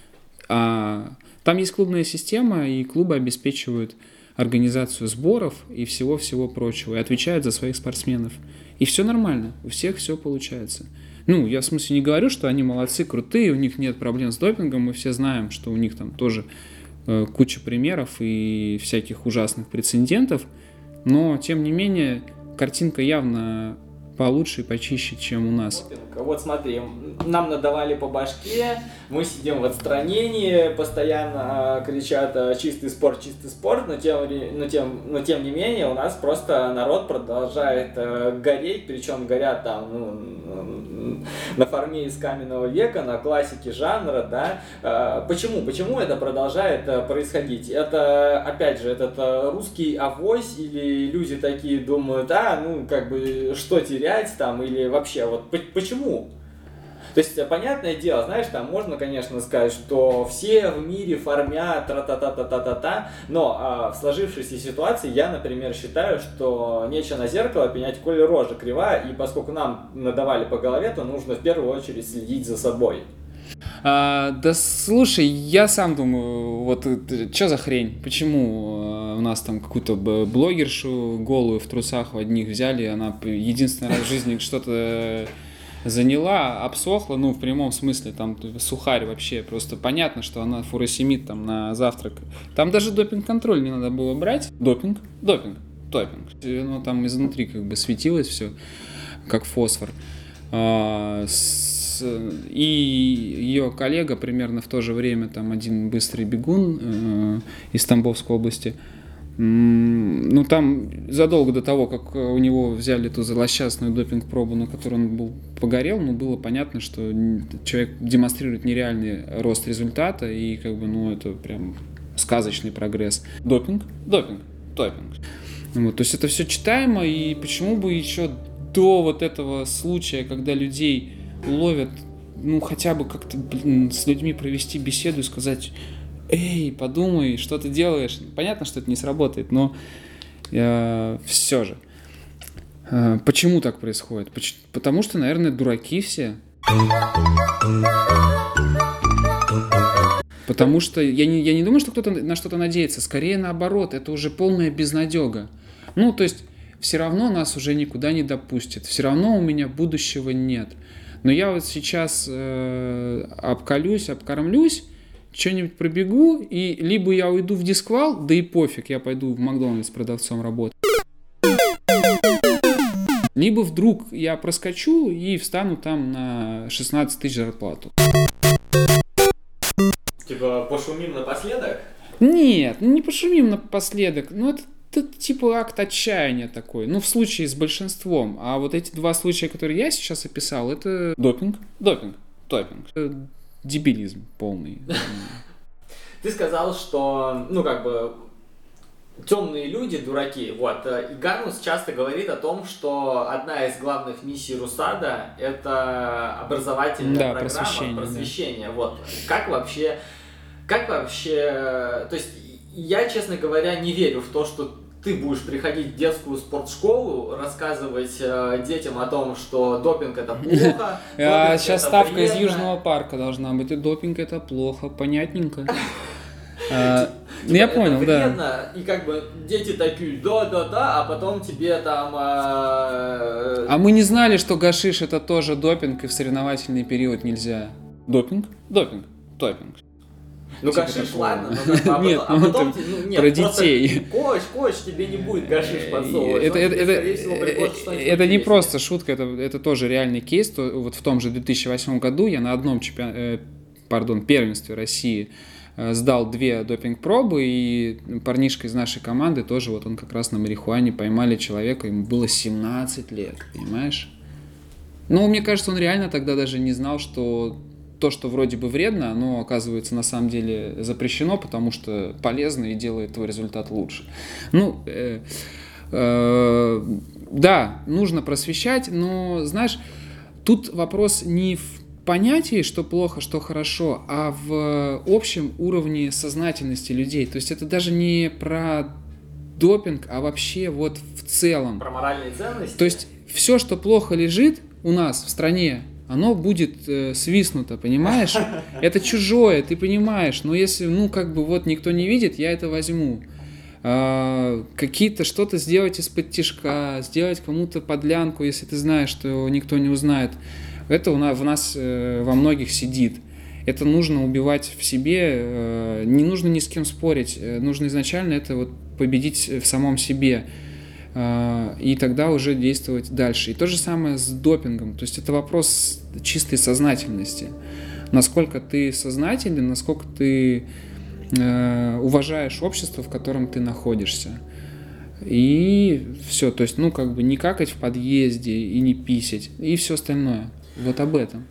А, там есть клубная система, и клубы обеспечивают организацию сборов и всего-всего прочего, и отвечают за своих спортсменов. И все нормально, у всех все получается. Ну, я в смысле не говорю, что они молодцы, крутые, у них нет проблем с допингом, мы все знаем, что у них там тоже э, куча примеров и всяких ужасных прецедентов, но, тем не менее, картинка явно получше и почище, чем у нас. Вот смотри, нам надавали по башке, мы сидим в отстранении, постоянно кричат «чистый спорт, чистый спорт», но тем, но, тем, но тем не менее у нас просто народ продолжает гореть, причем горят там, ну, на форме из каменного века, на классике жанра, да. Почему? Почему это продолжает происходить? Это, опять же, этот русский авось или люди такие думают, а, ну, как бы, что терять там, или вообще, вот почему? То есть, понятное дело, знаешь, там можно, конечно, сказать, что все в мире формят тра-та-та-та-та-та-та, но а, в сложившейся ситуации я, например, считаю, что нечего на зеркало пенять, коли рожа кривая, и поскольку нам надавали по голове, то нужно в первую очередь следить за собой. А, да слушай, я сам думаю, вот что за хрень, почему у нас там какую-то блогершу голую в трусах в одних взяли, она единственный раз в жизни что-то заняла, обсохла, ну в прямом смысле, там сухарь вообще, просто понятно, что она фуросемид там на завтрак, там даже допинг-контроль не надо было брать, допинг, допинг, допинг, ну там изнутри как бы светилось все, как фосфор. А, с, и ее коллега примерно в то же время, там один быстрый бегун э, из Тамбовской области, ну там задолго до того, как у него взяли ту злосчастную допинг-пробу, на которой он был погорел, ну было понятно, что человек демонстрирует нереальный рост результата, и как бы, ну это прям сказочный прогресс. Допинг, допинг, допинг. Вот, то есть это все читаемо, и почему бы еще до вот этого случая, когда людей ловят, ну хотя бы как-то, блин, с людьми провести беседу и сказать: эй, подумай, что ты делаешь. Понятно, что это не сработает, но э, все же. Э, почему так происходит? Поч- потому что, наверное, дураки все. Потому что я не, я не думаю, что кто-то на что-то надеется. Скорее наоборот, это уже полная безнадега. Ну, то есть, все равно нас уже никуда не допустят. Все равно у меня будущего нет. Но я вот сейчас э, обколюсь, обкормлюсь, что-нибудь пробегу, и либо я уйду в дисквал, да и пофиг, я пойду в Макдональдс продавцом работать. Либо вдруг я проскочу и встану там на шестнадцать тысяч зарплату. Типа пошумим напоследок? Нет, ну не пошумим напоследок, ну это, это типа акт отчаяния такой, ну в случае с большинством. А вот эти два случая, которые я сейчас описал, это допинг, допинг, допинг. Дебилизм полный. Ты сказал, что, ну, как бы, темные люди, дураки, вот, и Ганус часто говорит о том, что одна из главных миссий РУСАДА — это образовательная да, программа, просвещение, просвещение, да. Вот, как вообще, как вообще, то есть, я, честно говоря, не верю в то, что ты будешь приходить в детскую спортшколу, рассказывать э, детям о том, что допинг это плохо. А сейчас ставка из Южного парка должна быть. И допинг это плохо, понятненько. Ну, я понял, это да. вредно, и как бы дети такие, да-да-да, а потом тебе там... А... а мы не знали, что гашиш это тоже допинг, и в соревновательный период нельзя. Допинг? Допинг. Допинг. Ну, Типа гашиш, такого. ладно, но как бы, а Нет, потом, а ну, потом это те- ну, нет, про просто детей. Коч, коч, тебе не будет гашиш подсовывать. Это, он это, тебе, это, скорее всего, предложит что-нибудь это не интереснее. просто шутка, это, это тоже реальный кейс. То, вот в том же две тысячи восьмом году я на одном чемпион, э, пардон, первенстве России э, сдал две допинг-пробы, и парнишка из нашей команды тоже, вот он как раз на марихуане поймали человека, ему было семнадцать лет, понимаешь? Ну, мне кажется, он реально тогда даже не знал, что то, что вроде бы вредно, оно оказывается на самом деле запрещено, потому что полезно и делает твой результат лучше. Ну, э, э, да, нужно просвещать, но, знаешь, тут вопрос не в понятии, что плохо, что хорошо, а в общем уровне сознательности людей. То есть это даже не про допинг, а вообще вот в целом. Про моральные ценности? То есть все, что плохо лежит у нас в стране, оно будет э, свистнуто, понимаешь? Это чужое, ты понимаешь, но если, ну, как бы вот никто не видит, я это возьму. А, какие-то что-то сделать из-под тишка, сделать кому-то подлянку, если ты знаешь, что никто не узнает. Это у нас, в нас э, во многих сидит. Это нужно убивать в себе, э, не нужно ни с кем спорить, э, нужно изначально это вот победить в самом себе. И тогда уже действовать дальше. И то же самое с допингом. То есть это вопрос чистой сознательности. Насколько ты сознателен, насколько ты э, уважаешь общество, в котором ты находишься. И все. То есть, ну, как бы не какать в подъезде и не писать. И все остальное. Вот об этом.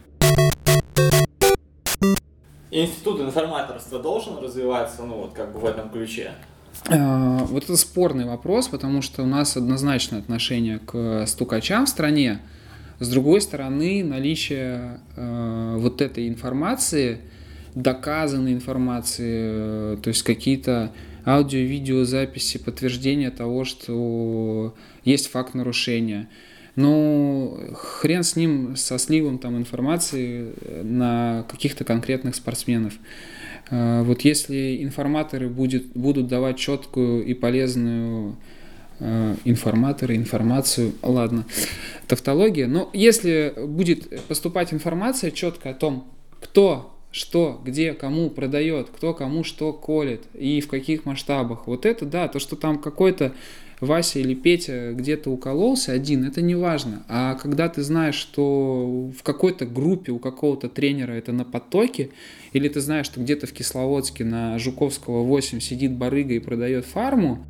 Институт информаторства должен развиваться, ну, вот как бы в этом ключе? Вот это спорный вопрос, потому что у нас однозначное отношение к стукачам в стране. С другой стороны, наличие э, вот этой информации, доказанной информации, э, то есть какие-то аудио-видеозаписи, подтверждения того, что есть факт нарушения. Ну, хрен с ним, со сливом там информации на каких-то конкретных спортсменов. Вот если информаторы будет, будут давать четкую и полезную э, информаторы, информацию, ладно, тавтология, но если будет поступать информация четко о том, кто, что, где, кому продает, кто кому что колет и в каких масштабах, вот это да, то, что там какой-то Вася или Петя где-то укололся один, это не важно. А когда ты знаешь, что в какой-то группе у какого-то тренера это на потоке, или ты знаешь, что где-то в Кисловодске на Жуковского восемь сидит барыга и продает фарму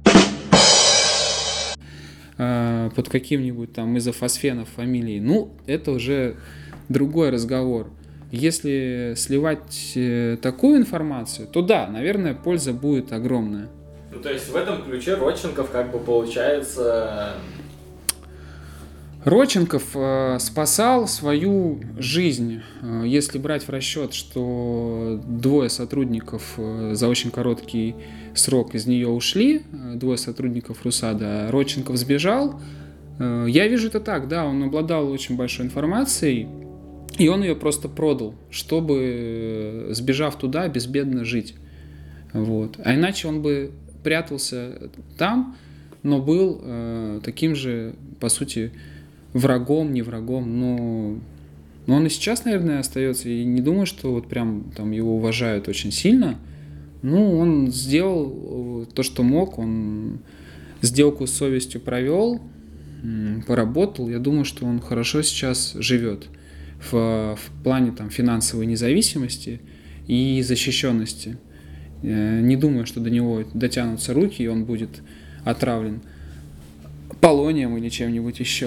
э, под каким-нибудь там изофосфеном фамилией, ну, это уже другой разговор. Если сливать э, такую информацию, то да, наверное, польза будет огромная. Ну, то есть в этом ключе Родченков как бы получается... Родченков э, спасал свою жизнь. Э, если брать в расчет, что двое сотрудников э, за очень короткий срок из нее ушли, э, двое сотрудников РУСАДА, а Родченков сбежал, э, я вижу это так, да, он обладал очень большой информацией, и он ее просто продал, чтобы, э, сбежав туда, безбедно жить. Вот. А иначе он бы прятался там, но был э, таким же, по сути, врагом, не врагом, но, но он и сейчас, наверное, остается, и не думаю, что вот прям там его уважают очень сильно. Ну, он сделал то, что мог, он сделку с совестью провел, поработал, я думаю, что он хорошо сейчас живет в, в плане там финансовой независимости и защищенности. Не думаю, что до него дотянутся руки, и он будет отравлен полонием или чем-нибудь еще.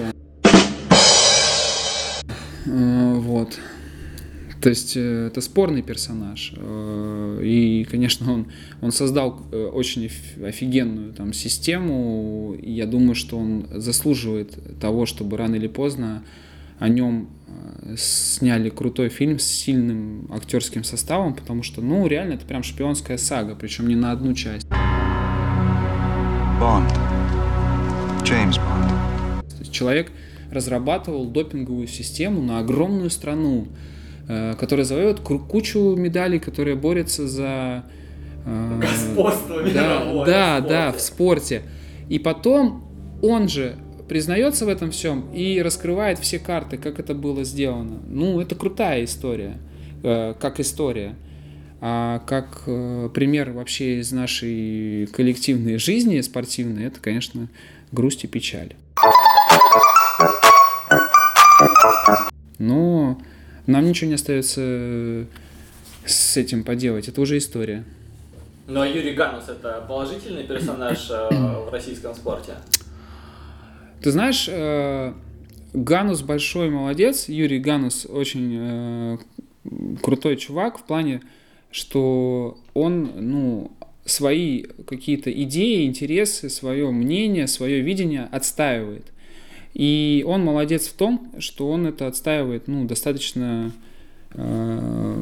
Вот. То есть это спорный персонаж. И, конечно, он, он создал очень офигенную там систему, и я думаю, что он заслуживает того, чтобы рано или поздно о нем сняли крутой фильм с сильным актерским составом, потому что, ну, реально, это прям шпионская сага, причем не на одну часть. Бонд. Джеймс Бонд. То есть человек разрабатывал допинговую систему на огромную страну, которая завоевывает кучу медалей, которая борется за Господство да, мировое да, в спорте. да, в спорте. И потом он же признается в этом всем и раскрывает все карты, как это было сделано. Ну, это крутая история, э, как история. А как э, пример вообще из нашей коллективной жизни спортивной, это, конечно, грусть и печаль. Но нам ничего не остается с этим поделать, это уже история. Ну а Юрий Ганус — это положительный персонаж э, в российском спорте? Ты знаешь, э, Ганус большой молодец, Юрий Ганус очень э, крутой чувак в плане, что он, ну, свои какие-то идеи, интересы, свое мнение, свое видение отстаивает. И он молодец в том, что он это отстаивает, ну, достаточно, э,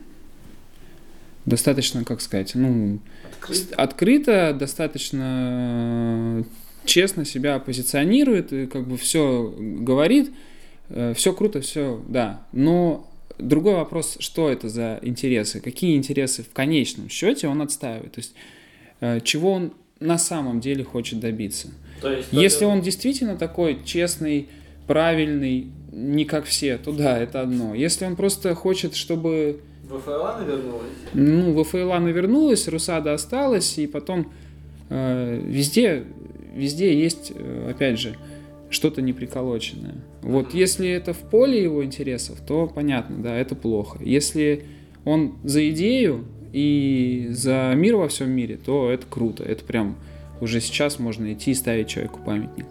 достаточно, как сказать, ну, Открыто. открыто, достаточно честно себя позиционирует, и как бы все говорит, э, все круто, все, да. Но другой вопрос, что это за интересы, какие интересы в конечном счете он отстаивает, то есть э, чего он на самом деле хочет добиться. То есть, Если это... он действительно такой честный, правильный, не как все, то да, это одно. Если он просто хочет, чтобы... ВФЛА навернулась? Ну, ВФЛА навернулась, Русада осталась, и потом э, везде, везде есть, э, опять же, что-то неприколоченное. Вот если это в поле его интересов, то понятно, да, это плохо. Если он за идею и за мир во всем мире, то это круто. Это прям уже сейчас можно идти и ставить человеку памятник.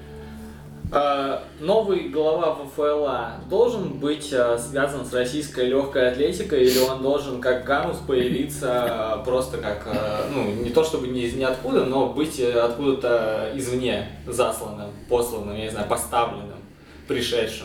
А, новый глава ВФЛА должен быть а, связан с российской легкой атлетикой, или он должен, как Ганус, появиться а, просто как, а, ну, не то чтобы не из ниоткуда, но быть откуда-то извне засланным, посланным, я не знаю, поставленным, пришедшим?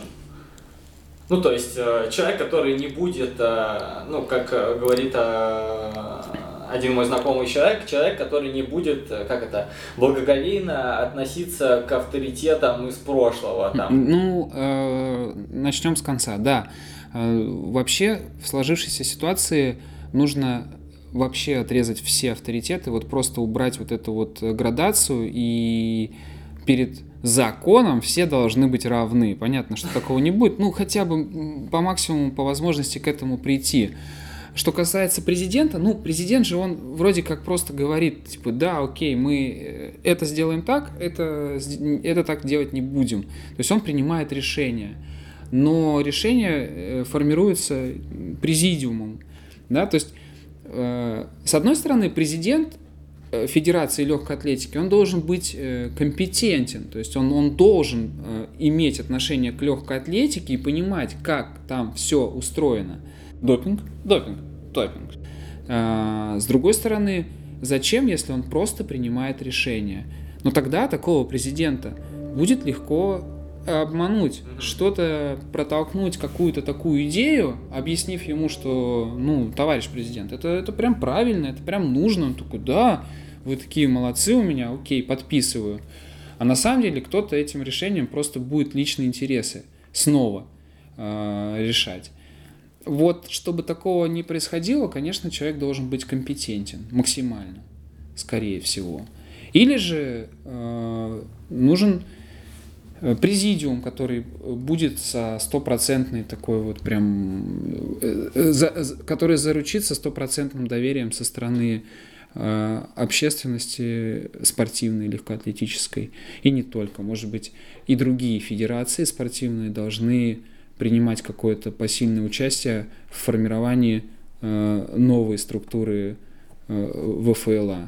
Ну, то есть, а, человек, который не будет, а, ну, как а, говорит а, один мой знакомый человек, человек, который не будет, как это, благоговейно относиться к авторитетам из прошлого. Там. Ну, э, начнем с конца, да. Э, вообще, в сложившейся ситуации нужно вообще отрезать все авторитеты, вот просто убрать вот эту вот градацию, и перед законом все должны быть равны. Понятно, что такого не будет, ну, хотя бы по максимуму, по возможности к этому прийти. Что касается президента, ну, президент же, он вроде как просто говорит, типа, да, окей, мы это сделаем так, это, это так делать не будем. То есть он принимает решение, но решение формируется президиумом, да, то есть, э, с одной стороны, президент Федерации легкой атлетики, он должен быть компетентен, то есть он, он должен иметь отношение к легкой атлетике и понимать, как там все устроено. Допинг, допинг, допинг. А, с другой стороны, зачем, если он просто принимает решение? Но тогда такого президента будет легко обмануть, что-то протолкнуть, какую-то такую идею, объяснив ему, что, ну, товарищ президент, это, это прям правильно, это прям нужно. Он такой, да, вы такие молодцы у меня, окей, подписываю. А на самом деле кто-то этим решением просто будет личные интересы снова э, решать. Вот, чтобы такого не происходило, конечно, человек должен быть компетентен максимально, скорее всего. Или же э, нужен президиум, который будет со стопроцентной такой вот прям, э, за, который заручится стопроцентным доверием со стороны э, общественности спортивной, легкоатлетической, и не только. Может быть, и другие федерации спортивные должны принимать какое-то посильное участие в формировании э, новой структуры э, ВФЛА.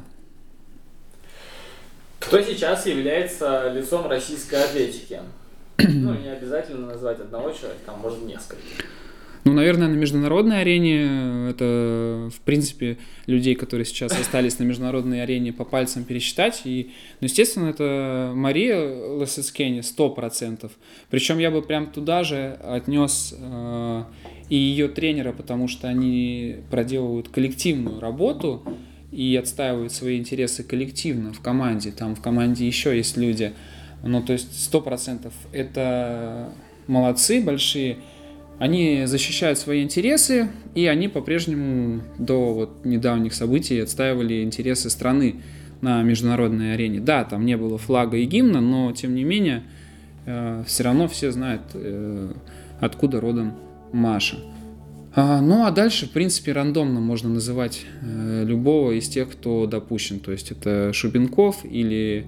Кто сейчас является лицом российской атлетики? Ну, не обязательно назвать одного человека, там, может, несколько. Ну, наверное, на международной арене это, в принципе, людей, которые сейчас остались на международной арене, по пальцам пересчитать. И, ну, естественно, это Мария Лисицкене сто процентов. Причем я бы прям туда же отнес э, и ее тренера, потому что они проделывают коллективную работу и отстаивают свои интересы коллективно в команде. Там в команде еще есть люди. Ну, то есть сто процентов это молодцы большие. Они защищают свои интересы, и они по-прежнему до вот недавних событий отстаивали интересы страны на международной арене. Да, там не было флага и гимна, но тем не менее э, все равно все знают, э, откуда родом Маша. А, ну а дальше, в принципе, рандомно можно называть э, любого из тех, кто допущен. То есть это Шубенков или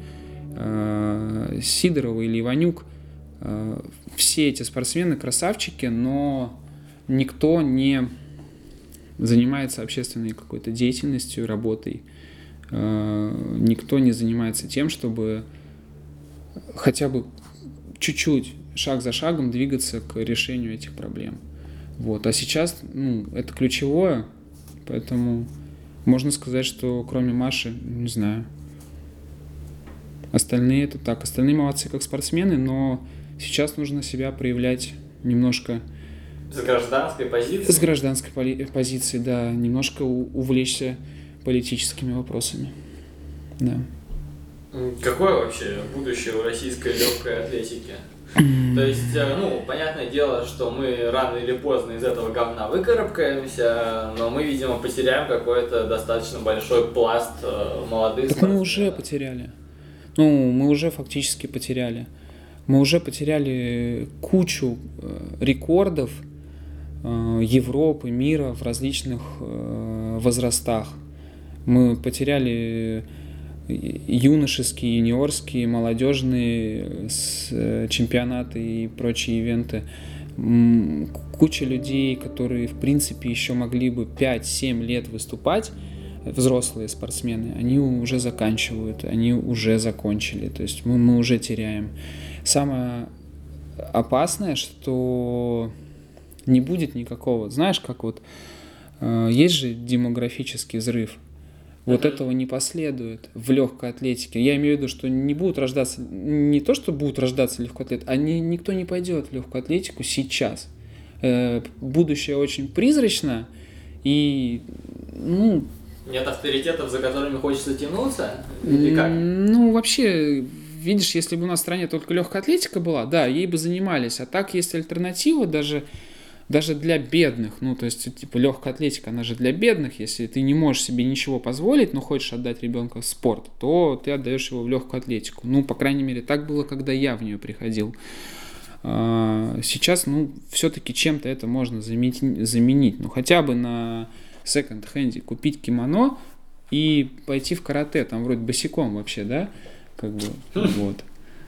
э, Сидорова или Иванюк. Э, все эти спортсмены красавчики, но никто не занимается общественной какой-то деятельностью, работой. Э, никто не занимается тем, чтобы хотя бы чуть-чуть, шаг за шагом двигаться к решению этих проблем. Вот. А сейчас, ну, это ключевое, поэтому можно сказать, что кроме Маши, не знаю, остальные это так, остальные молодцы как спортсмены, но сейчас нужно себя проявлять немножко... С гражданской позиции? С гражданской поли- позиции, да, немножко у- увлечься политическими вопросами, да. Какое вообще будущее у российской легкой атлетики? То есть, ну, понятное дело, что мы рано или поздно из этого говна выкарабкаемся, но мы, видимо, потеряем какой-то достаточно большой пласт молодых Так спортсменов. мы уже потеряли. Ну, мы уже фактически потеряли. Мы уже потеряли кучу рекордов Европы, мира в различных возрастах. Мы потеряли юношеские, юниорские, молодежные чемпионаты и прочие ивенты. Куча людей, которые, в принципе, еще могли бы пять-семь лет выступать, взрослые спортсмены, они уже заканчивают, они уже закончили. То есть мы, мы уже теряем. Самое опасное, что не будет никакого... Знаешь, как вот... Э, есть же демографический взрыв. Вот mm-hmm. этого не последует в легкой атлетике. Я имею в виду, что не будут рождаться, не то, что будут рождаться легкоатлеты, а не, никто не пойдет в легкую атлетику сейчас. Э, будущее очень призрачно, и, ну... Нет авторитетов, за которыми хочется тянуться? Или как? Ну, вообще, видишь, если бы у нас в стране только легкая атлетика была, да, ей бы занимались, а так есть альтернатива даже... Даже для бедных, ну, то есть, типа, легкая атлетика, она же для бедных. Если ты не можешь себе ничего позволить, но хочешь отдать ребенка в спорт, то ты отдаешь его в легкую атлетику. Ну, по крайней мере, так было, когда я в нее приходил. Сейчас, ну, все-таки чем-то это можно заменить. Ну, хотя бы на секонд-хенде купить кимоно и пойти в карате. Там вроде босиком вообще, да? Как бы, вот.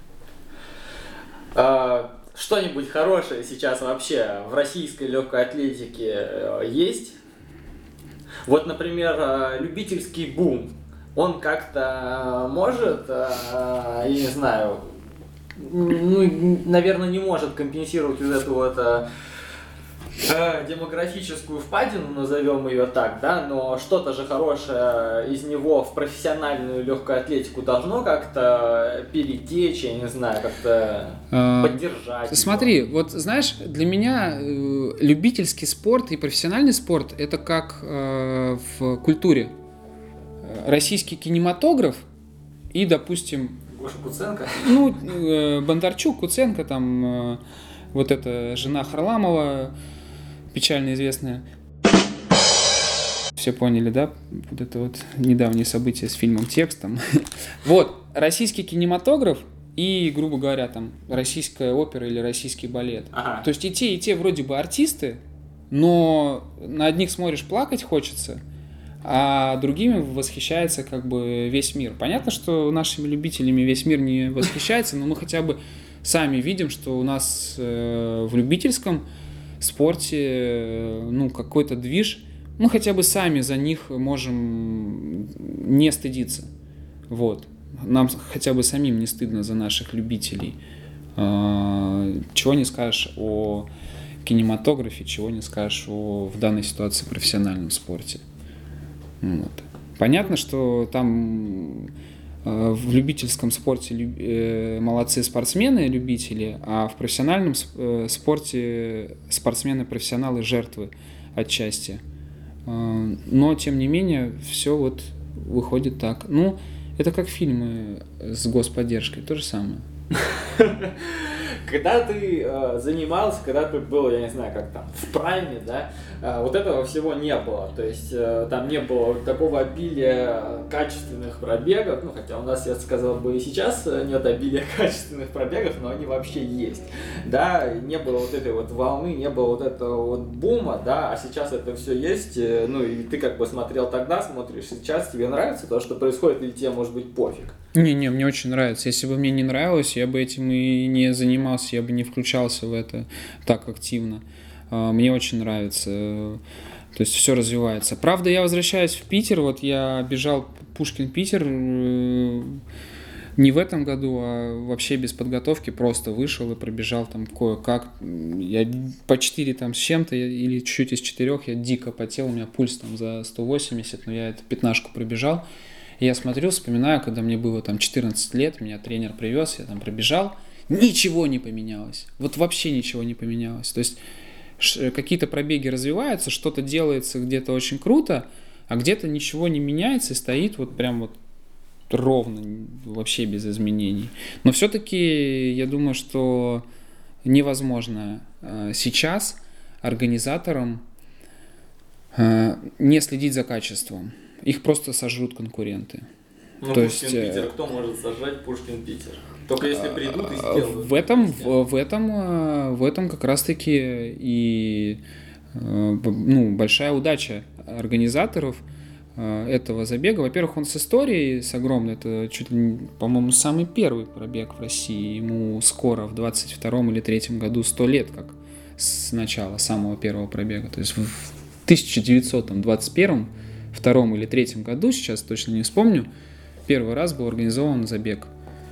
Что-нибудь хорошее сейчас вообще в российской легкой атлетике есть? Вот, например, любительский бум, он как-то может, я не знаю, ну, наверное, не может компенсировать вот эту вот демографическую впадину, назовем ее так, да, но что-то же хорошее из него в профессиональную легкую атлетику должно как-то перетечь, я не знаю, как-то а, поддержать. Смотри, его. Вот знаешь, для меня э, любительский спорт и профессиональный спорт это как э, в культуре. Российский кинематограф и, допустим... Гоша Куценко? Ну, э, Бондарчук, Куценко, там э, вот эта жена Харламова, печально известная. Все поняли, да? Вот это вот недавние события с фильмом «Текстом». Вот, российский кинематограф и, грубо говоря, там, российская опера или российский балет. Ага. То есть и те, и те вроде бы артисты, но на одних смотришь, плакать хочется, а другими восхищается как бы весь мир. Понятно, что нашими любителями весь мир не восхищается, но мы хотя бы сами видим, что у нас э, в любительском спорте, ну, какой-то движ, мы хотя бы сами за них можем не стыдиться. Вот. Нам хотя бы самим не стыдно за наших любителей. Чего не скажешь о кинематографе, чего не скажешь о, в данной ситуации, профессиональном спорте. Вот. Понятно, что там в любительском спорте молодцы спортсмены, любители, а в профессиональном спорте спортсмены-профессионалы жертвы отчасти. Но, тем не менее, все вот выходит так. Ну, это как фильмы с господдержкой, то же самое. Когда ты э, занимался, когда ты был, я не знаю, как там, в прайме, да, э, вот этого всего не было. То есть э, там не было такого обилия качественных пробегов, ну, хотя у нас, я сказал бы, и сейчас нет обилия качественных пробегов, но они вообще есть. Да, не было вот этой вот волны, не было вот этого вот бума, да, а сейчас это все есть, э, ну, и ты как бы смотрел тогда, смотришь сейчас, тебе нравится то, что происходит, или тебе, может быть, пофиг? Не-не, мне очень нравится. Если бы мне не нравилось, я бы этим и не занимался, я бы не включался в это так активно. Мне очень нравится. То есть все развивается. Правда, я возвращаюсь в Питер. Вот я бежал Пушкин-Питер не в этом году, а вообще без подготовки. Просто вышел и пробежал там кое-как. Я по четыре там с чем-то или чуть-чуть из четырех. Я дико потел, у меня пульс там за сто восемьдесят, но я эту пятнашку пробежал. И я смотрю, вспоминаю, когда мне было там четырнадцать лет, меня тренер привез, я там пробежал, ничего не поменялось, вот вообще ничего не поменялось. То есть какие-то пробеги развиваются, что-то делается где-то очень круто, а где-то ничего не меняется и стоит вот прям вот ровно, вообще без изменений. Но все-таки я думаю, что невозможно сейчас организаторам не следить за качеством. Их просто сожрут конкуренты. Ну, То Пушкин есть, Питер, кто может сожрать Пушкин Питер? Только если придут и сделают. В этом, в, в этом, в этом как раз-таки и ну, большая удача организаторов этого забега. Во-первых, он с историей, с огромной, это чуть ли, по-моему, самый первый пробег в России. Ему скоро, в двадцать втором или третьем году, сто лет, как с начала самого первого пробега. То есть в тысяча девятьсот двадцать первом, втором или третьем году, сейчас точно не вспомню, первый раз был организован забег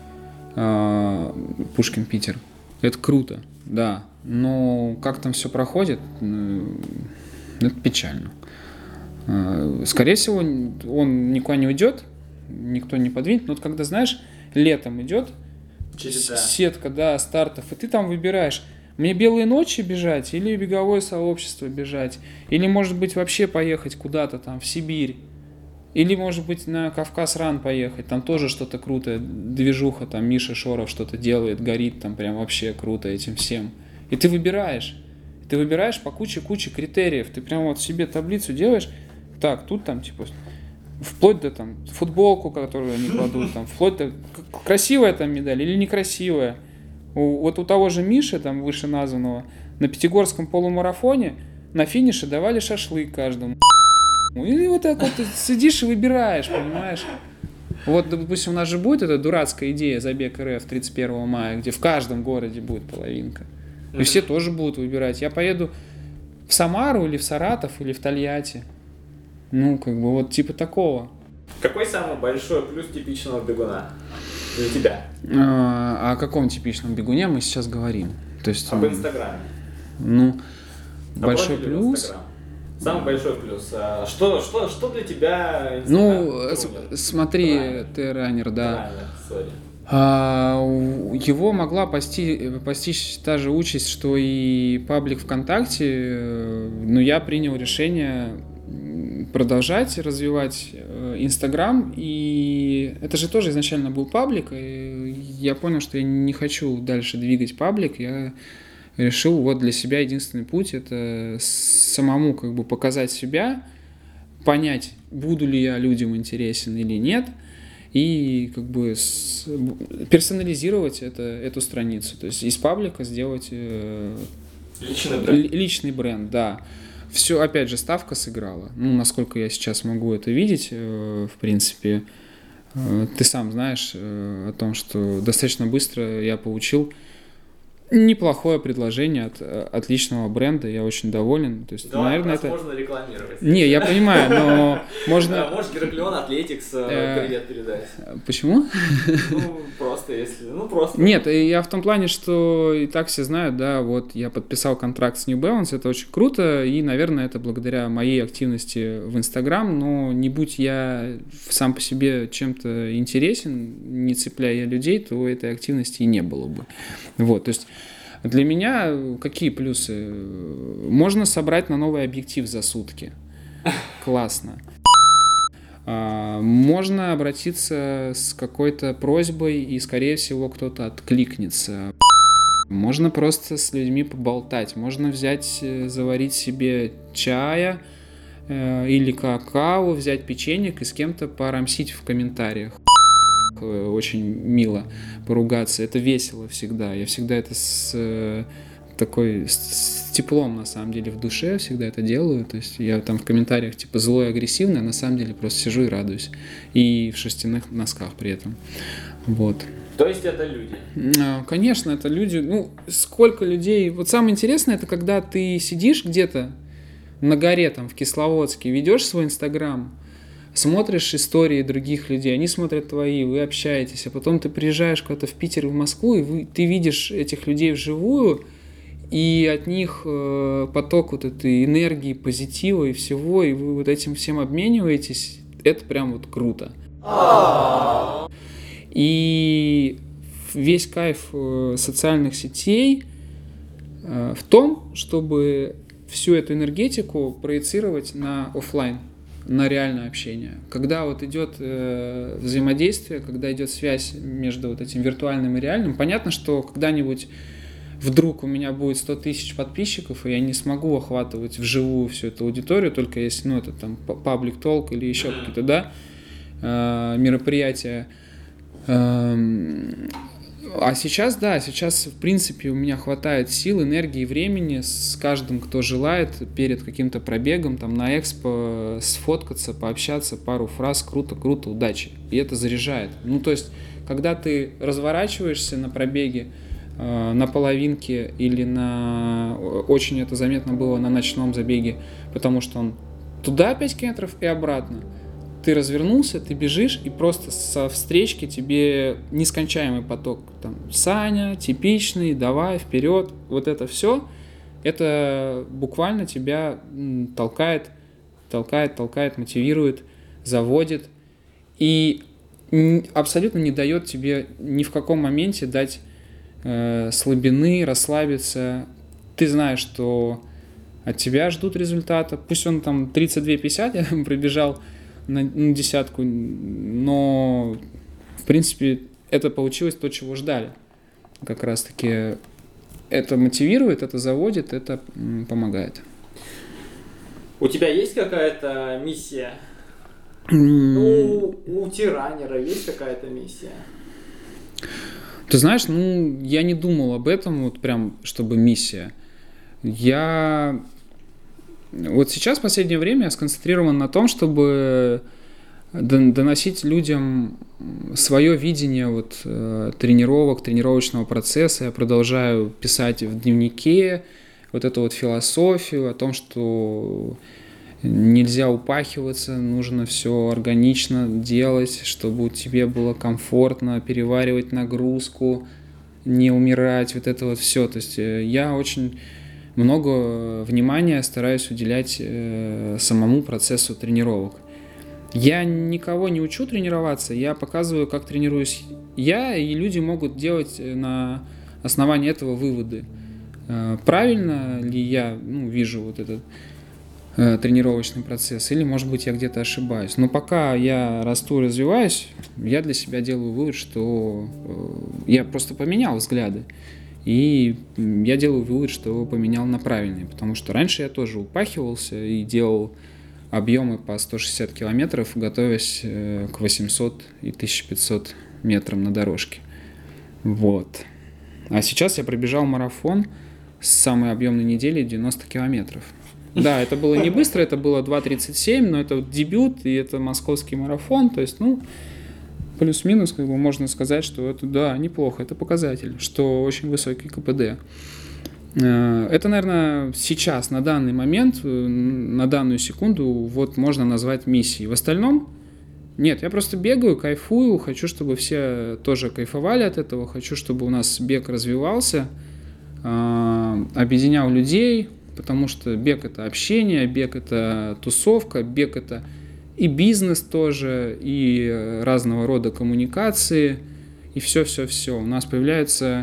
Пушкин-Питер. Это круто, да. Но как там все проходит, это печально. Скорее всего, он никуда не уйдет, никто не подвинет. Но вот когда, знаешь, летом идет Череда. Сетка, да, стартов, и ты там выбираешь, мне белые ночи бежать или беговое сообщество бежать, или, может быть, вообще поехать куда-то там в Сибирь, или, может быть, на Кавказ-Ран поехать, там тоже что-то крутое, движуха, там Миша Шоров что-то делает, горит там прям вообще круто этим всем. И ты выбираешь, ты выбираешь по куче-куче критериев, ты прям вот себе таблицу делаешь, так, тут там типа вплоть до там футболку, которую они кладут, там, вплоть до красивая там медаль или некрасивая. У, вот у того же Миши, там вышеназванного, на Пятигорском полумарафоне на финише давали шашлык каждому. И вот так вот ты сидишь и выбираешь, понимаешь? Вот, допустим, у нас же будет эта дурацкая идея забег РФ тридцать первого мая, где в каждом городе будет половинка. И все тоже будут выбирать. Я поеду в Самару или в Саратов или в Тольятти. Ну, как бы вот типа такого. Какой самый большой плюс типичного бегуна для тебя? А, о каком типичном бегуне мы сейчас говорим? То есть, Об Инстаграме. Ну, О большой профиле в плюс. Инстаграм. Самый большой плюс. А Что, что, что для тебя Инстаграм? Ну, с- смотри, Раннер. ты раннер, да. Раннер, сори. А, у- его могла пости, постичь та же участь, что и паблик ВКонтакте, э, но я принял решение м, продолжать развивать э, Инстаграм, и это же тоже изначально был паблик, и я понял, что я не хочу дальше двигать паблик, я решил вот для себя единственный путь — это самому как бы показать себя, понять, буду ли я людям интересен или нет, и как бы с, персонализировать это, эту страницу, то есть из паблика сделать э, Личный бренд. ли- личный бренд, да. Все, опять же, ставка сыграла. Ну, насколько я сейчас могу это видеть, э, в принципе, э, ты сам знаешь э, о том, что достаточно быстро я получил неплохое предложение от, от личного бренда, я очень доволен. То есть, Да, наверное, нас это... можно рекламировать. Не, я понимаю, но Да, можно... можешь Гераклион Атлетикс э, Э, привет передать. Почему? Ну, просто если... Ну, просто. Нет, я в том плане, что и так все знают, да, вот я подписал контракт с New Balance, это очень круто, и, наверное, это благодаря моей активности в Instagram, но не будь я сам по себе чем-то интересен, не цепляя людей, то этой активности и не было бы. Вот, то есть для меня какие плюсы? Можно собрать на новый объектив за сутки. Классно. А, Можно обратиться с какой-то просьбой, и, скорее всего, кто-то откликнется. Можно просто с людьми поболтать, можно взять, заварить себе чая э, или какао, взять печенье и с кем-то порамсить в комментариях. Очень мило поругаться, это весело всегда. Я всегда это с э, такой с, с теплом на самом деле в душе всегда это делаю. То есть я там в комментариях типа злой, агрессивный, а на самом деле просто сижу и радуюсь. И в шерстяных носках при этом. Вот. То есть это люди? Конечно, это люди. Ну, сколько людей... Вот самое интересное, это когда ты сидишь где-то на горе, там, в Кисловодске, ведешь свой Инстаграм, смотришь истории других людей, они смотрят твои, вы общаетесь, а потом ты приезжаешь куда-то в Питер и в Москву, и вы, ты видишь этих людей вживую, и от них э, поток вот этой энергии, позитива и всего, и вы вот этим всем обмениваетесь, это прям вот круто. И весь кайф социальных сетей в том, чтобы всю эту энергетику проецировать на офлайн, на реальное общение. Когда вот идет взаимодействие, когда идет связь между вот этим виртуальным и реальным, понятно, что когда-нибудь вдруг у меня будет сто тысяч подписчиков, и я не смогу охватывать вживую всю эту аудиторию, только если, ну, это там паблик толк или еще какие-то, да, мероприятия. А сейчас, да, сейчас, в принципе, у меня хватает сил, энергии, времени с каждым, кто желает перед каким-то пробегом, там, на экспо сфоткаться, пообщаться, пару фраз, круто, круто, удачи. И это заряжает. Ну, то есть, когда ты разворачиваешься на пробеге, э, на половинке или на... Очень это заметно было на ночном забеге, потому что он туда пять километров и обратно. Ты развернулся, ты бежишь, и просто со встречки тебе нескончаемый поток. Там, Саня, типичный, давай, вперед. Вот это все, это буквально тебя толкает, толкает, толкает, мотивирует, заводит. И абсолютно не дает тебе ни в каком моменте дать э, слабины, расслабиться. Ты знаешь, что от тебя ждут результата. Пусть он там тридцать два пятьдесят, я пробежал на, на десятку, но в принципе это получилось то, чего ждали. Как раз таки это мотивирует, это заводит, это м, помогает. У тебя есть какая-то миссия? Ну, у тиранера есть какая-то миссия? Ты знаешь, ну, я не думал об этом, вот прям, чтобы миссия. Я... Вот сейчас, в последнее время, я сконцентрирован на том, чтобы доносить людям свое видение вот, тренировок, тренировочного процесса. Я продолжаю писать в дневнике вот эту вот философию о том, что нельзя упахиваться, нужно все органично делать, чтобы тебе было комфортно переваривать нагрузку, не умирать, вот это вот все. То есть я очень много внимания стараюсь уделять э, самому процессу тренировок. Я никого не учу тренироваться, я показываю, как тренируюсь я, и люди могут делать на основании этого выводы. Э, правильно ли я ну, вижу вот этот э, тренировочный процесс, или, может быть, я где-то ошибаюсь. Но пока я расту и развиваюсь, я для себя делаю вывод, что э, я просто поменял взгляды. И я делаю вывод, что поменял на правильный, потому что раньше я тоже упахивался и делал объемы по сто шестьдесят километров, готовясь к восемьсот и тысяча пятьсот метрам на дорожке. Вот. А сейчас я пробежал марафон с самой объемной недели девяносто километров. Да, это было не быстро, это было два тридцать семь, но это дебют, и это московский марафон, то есть, ну... Плюс-минус, как бы можно сказать, что это, да, неплохо, это показатель, что очень высокий ка пэ дэ. Это, наверное, сейчас, на данный момент, на данную секунду, вот можно назвать миссией. В остальном, нет, я просто бегаю, кайфую, хочу, чтобы все тоже кайфовали от этого, хочу, чтобы у нас бег развивался, объединял людей, потому что бег — это общение, бег — это тусовка, бег — это... И бизнес тоже, и разного рода коммуникации, и все-все-все. У нас появляются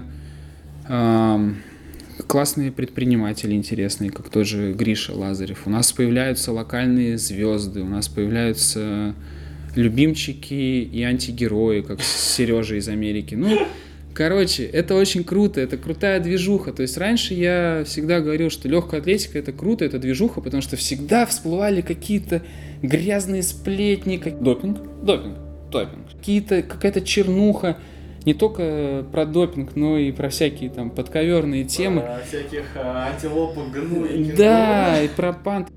э, классные предприниматели интересные, как тот же Гриша Лазарев. У нас появляются локальные звезды, у нас появляются любимчики и антигерои, как Сережа из Америки. Ну, Короче, это очень круто, это крутая движуха. То есть раньше я всегда говорил, что легкая атлетика это круто, это движуха, потому что всегда всплывали какие-то грязные сплетни, как... допинг, допинг, допинг, какие-то, какая-то чернуха, не только про допинг, но и про всякие там подковерные темы. Про всяких а, антилопок, гну и кенгуру. Да, и про пант.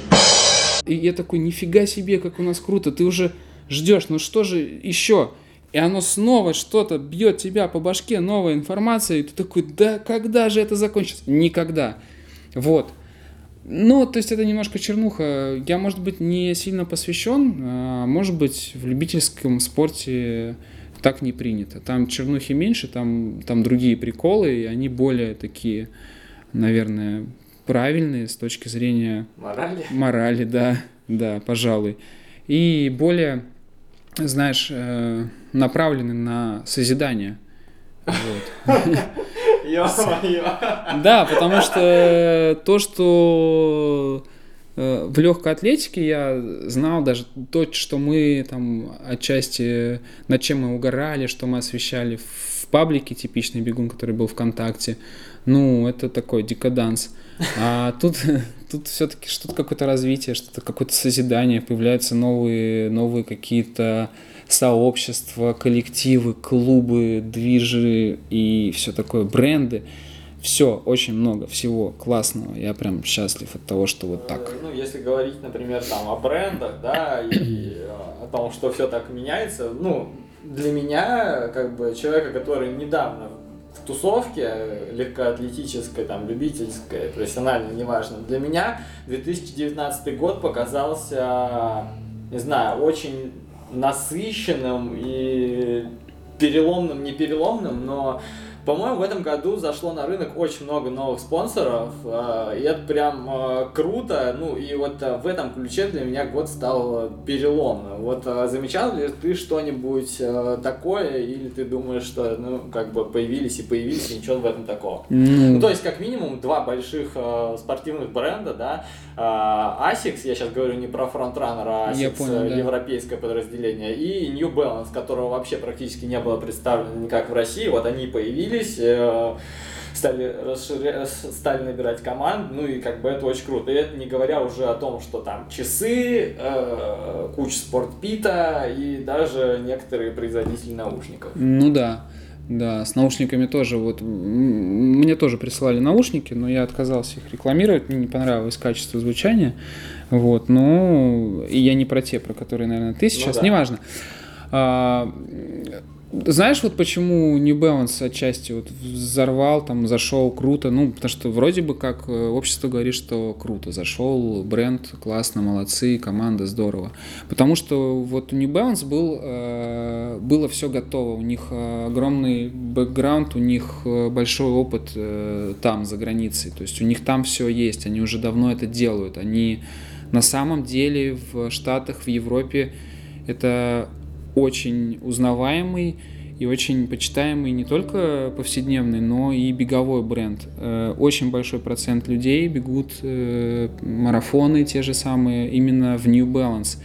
И я такой, нифига себе, как у нас круто, ты уже ждешь, ну что же еще? И оно снова что-то бьет тебя по башке, новая информация, и ты такой, да когда же это закончится? Никогда. Вот. Ну, то есть это немножко чернуха. Я, может быть, не сильно посвящен, а может быть, в любительском спорте так не принято. Там чернухи меньше, там, там другие приколы, и они более такие, наверное, правильные с точки зрения... Морали? Морали, да, да, пожалуй. И более... знаешь, направлены на созидание. Вот. Ё-моё. Да, потому что то, что в легкой атлетике я знал даже то, что мы там отчасти, над чем мы угорали, что мы освещали в паблике «Типичный бегун», который был ВКонтакте. Ну, это такой декаданс. А тут, тут все-таки что-то, какое-то развитие, что-то, какое-то созидание, появляются новые, новые какие-то сообщества, коллективы, клубы, движи и все такое, бренды. Все, очень много всего классного. Я прям счастлив от того, что вот так. Ну, если говорить, например, там о брендах, да, и о том, что все так меняется, ну, для меня, как бы, человека, который недавно в тусовке легкоатлетической, там, любительской, профессиональной, неважно, для меня две тысячи девятнадцатый год показался, не знаю, очень насыщенным и переломным, не переломным, но, по-моему, в этом году зашло на рынок очень много новых спонсоров, и это прям круто, ну и вот в этом ключе для меня год стал переломным. Вот замечал ли ты что-нибудь такое, или ты думаешь, что, ну, как бы появились и появились, и ничего в этом такого? Mm. Ну, то есть, как минимум, два больших спортивных бренда, да, Asics, я сейчас говорю не про фронтранера, а Asics, понял, да. Европейское подразделение, и New Balance, которого вообще практически не было представлено никак в России, вот они появились, стали, расширя... стали набирать команд, ну и как бы это очень круто. И это не говоря уже о том, что там часы, э, куча спортпита и даже некоторые производители наушников. Ну да. Да, с наушниками тоже. Вот мне тоже присылали наушники, но я отказался их рекламировать, мне не понравилось качество звучания. Вот, ну, и я не про те, про которые, наверное, ты сейчас, ну, да. Неважно. А, знаешь, вот почему New Balance отчасти вот взорвал, там, зашел круто, ну, потому что вроде бы как общество говорит, что круто, зашел бренд, классно, молодцы, команда, здорово. Потому что вот у New Balance был, э, было все готово, у них огромный бэкграунд, у них большой опыт э, там, за границей, то есть у них там все есть, они уже давно это делают, они на самом деле в Штатах, в Европе это очень узнаваемый и очень почитаемый не только повседневный, но и беговой бренд. Очень большой процент людей бегут марафоны те же самые именно в New Balance.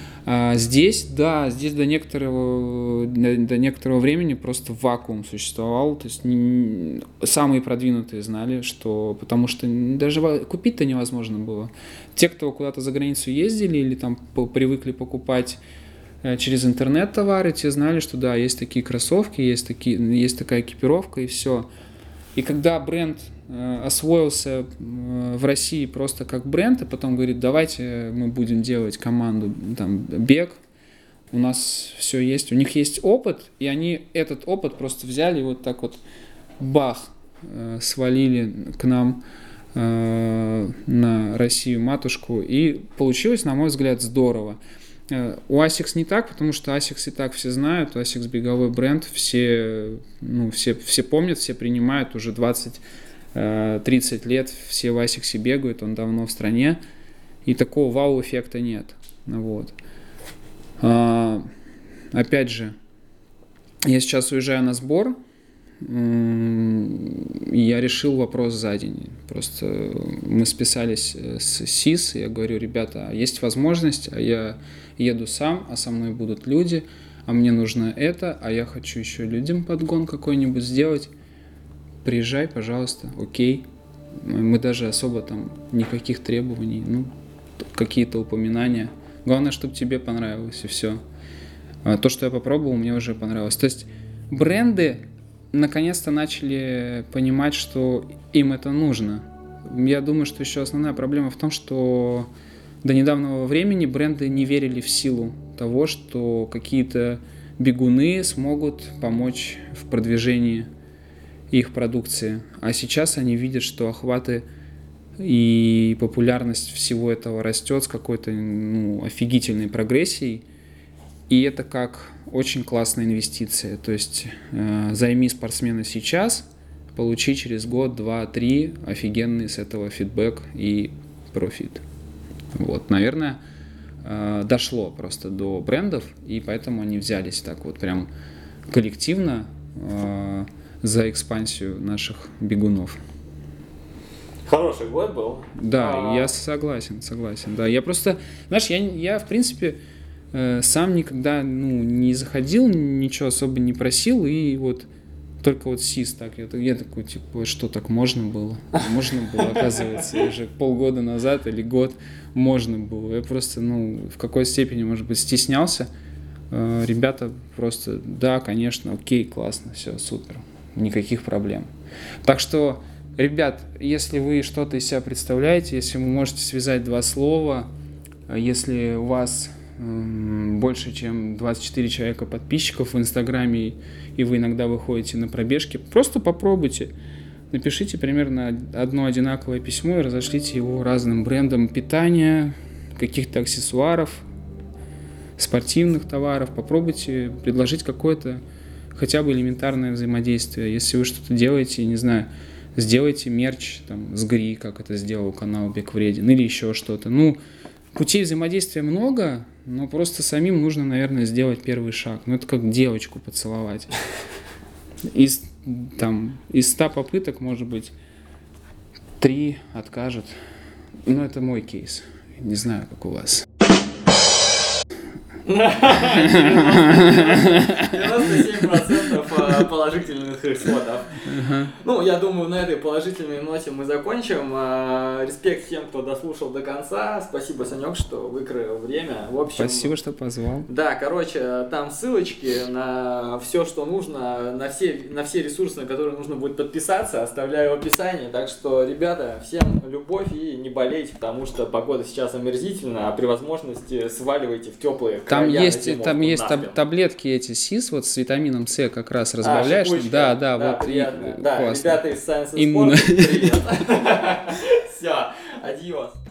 Здесь, да, здесь до некоторого, до, до некоторого времени просто вакуум существовал, то есть не, самые продвинутые знали, что, потому что даже купить-то невозможно было. Те, кто куда-то за границу ездили или там привыкли покупать через интернет товары, те знали, что да, есть такие кроссовки, есть, такие, есть такая экипировка и все. И когда бренд э, освоился э, в России просто как бренд, и потом говорит, давайте мы будем делать команду, там, бег, у нас все есть, у них есть опыт, и они этот опыт просто взяли и вот так вот бах, э, свалили к нам э, на Россию-матушку, и получилось, на мой взгляд, здорово. У Asics не так, потому что Asics и так все знают, Asics беговой бренд, все, ну, все, все помнят, все принимают, уже двадцать-тридцать лет все в Asics бегают, он давно в стране, и такого вау-эффекта нет. Вот. А, опять же, я сейчас уезжаю на сбор, и я решил вопрос за день. Просто мы списались с СИС, я говорю, ребята, есть возможность, а я еду сам, а со мной будут люди, а мне нужно это, а я хочу еще людям подгон какой-нибудь сделать. Приезжай, пожалуйста, окей. Мы даже особо там никаких требований, ну, какие-то упоминания. Главное, чтобы тебе понравилось, и все. А то, что я попробовал, мне уже понравилось. То есть бренды наконец-то начали понимать, что им это нужно. Я думаю, что еще основная проблема в том, что до недавнего времени бренды не верили в силу того, что какие-то бегуны смогут помочь в продвижении их продукции. А сейчас они видят, что охваты и популярность всего этого растет с какой-то ну, офигительной прогрессией. И это как очень классная инвестиция. То есть э, займи спортсмена сейчас, получи через год, два, три офигенный с этого фидбэк и профит. Вот, наверное, э, дошло просто до брендов, и поэтому они взялись так вот прям коллективно э, за экспансию наших бегунов. Хороший год был. Да, а... я согласен, согласен. Да, я просто, знаешь, я, я в принципе э, сам никогда ну, не заходил, ничего особо не просил, и вот только вот СИС так, я, я такой, типа, что так можно было? Можно было, оказывается, уже полгода назад или год можно было. Я просто, ну, в какой степени, может быть, стеснялся. Э, ребята просто, да, конечно, окей, классно, все, супер. Никаких проблем. Так что, ребят, если вы что-то из себя представляете, если вы можете связать два слова, если у вас м, больше, чем двадцать четыре человека подписчиков в Инстаграме, и вы иногда выходите на пробежки, просто попробуйте. Напишите примерно одно одинаковое письмо и разошлите его разным брендам питания, каких-то аксессуаров, спортивных товаров. Попробуйте предложить какое-то хотя бы элементарное взаимодействие. Если вы что-то делаете, не знаю, сделайте мерч там, с ГРИ, как это сделал канал Бег Вреден, или еще что-то. Ну, путей взаимодействия много, но просто самим нужно, наверное, сделать первый шаг. Ну, это как девочку поцеловать. Из, там, из ста попыток, может быть, три откажет. Ну, это мой кейс. Не знаю, как у вас. девяносто семь процентов положительных исходов. Uh-huh. Ну, я думаю, на этой положительной ноте мы закончим. Респект всем, кто дослушал до конца. Спасибо, Санек, что выкроил время. В общем, спасибо, что позвал. Да, короче, там ссылочки на все, что нужно, на все, на все ресурсы, на которые нужно будет подписаться, оставляю в описании. Так что, ребята, всем любовь и не болейте, потому что погода сейчас омерзительна, а при возможности сваливайте в теплые края. Там есть, там есть таб- таблетки эти СИС, вот с витамином С как раз разбавляешь. А, да, да, да, вот. Приятно. И, да, классно. Ребята из Science and Иммуно. Sport, привет. Все, адьос.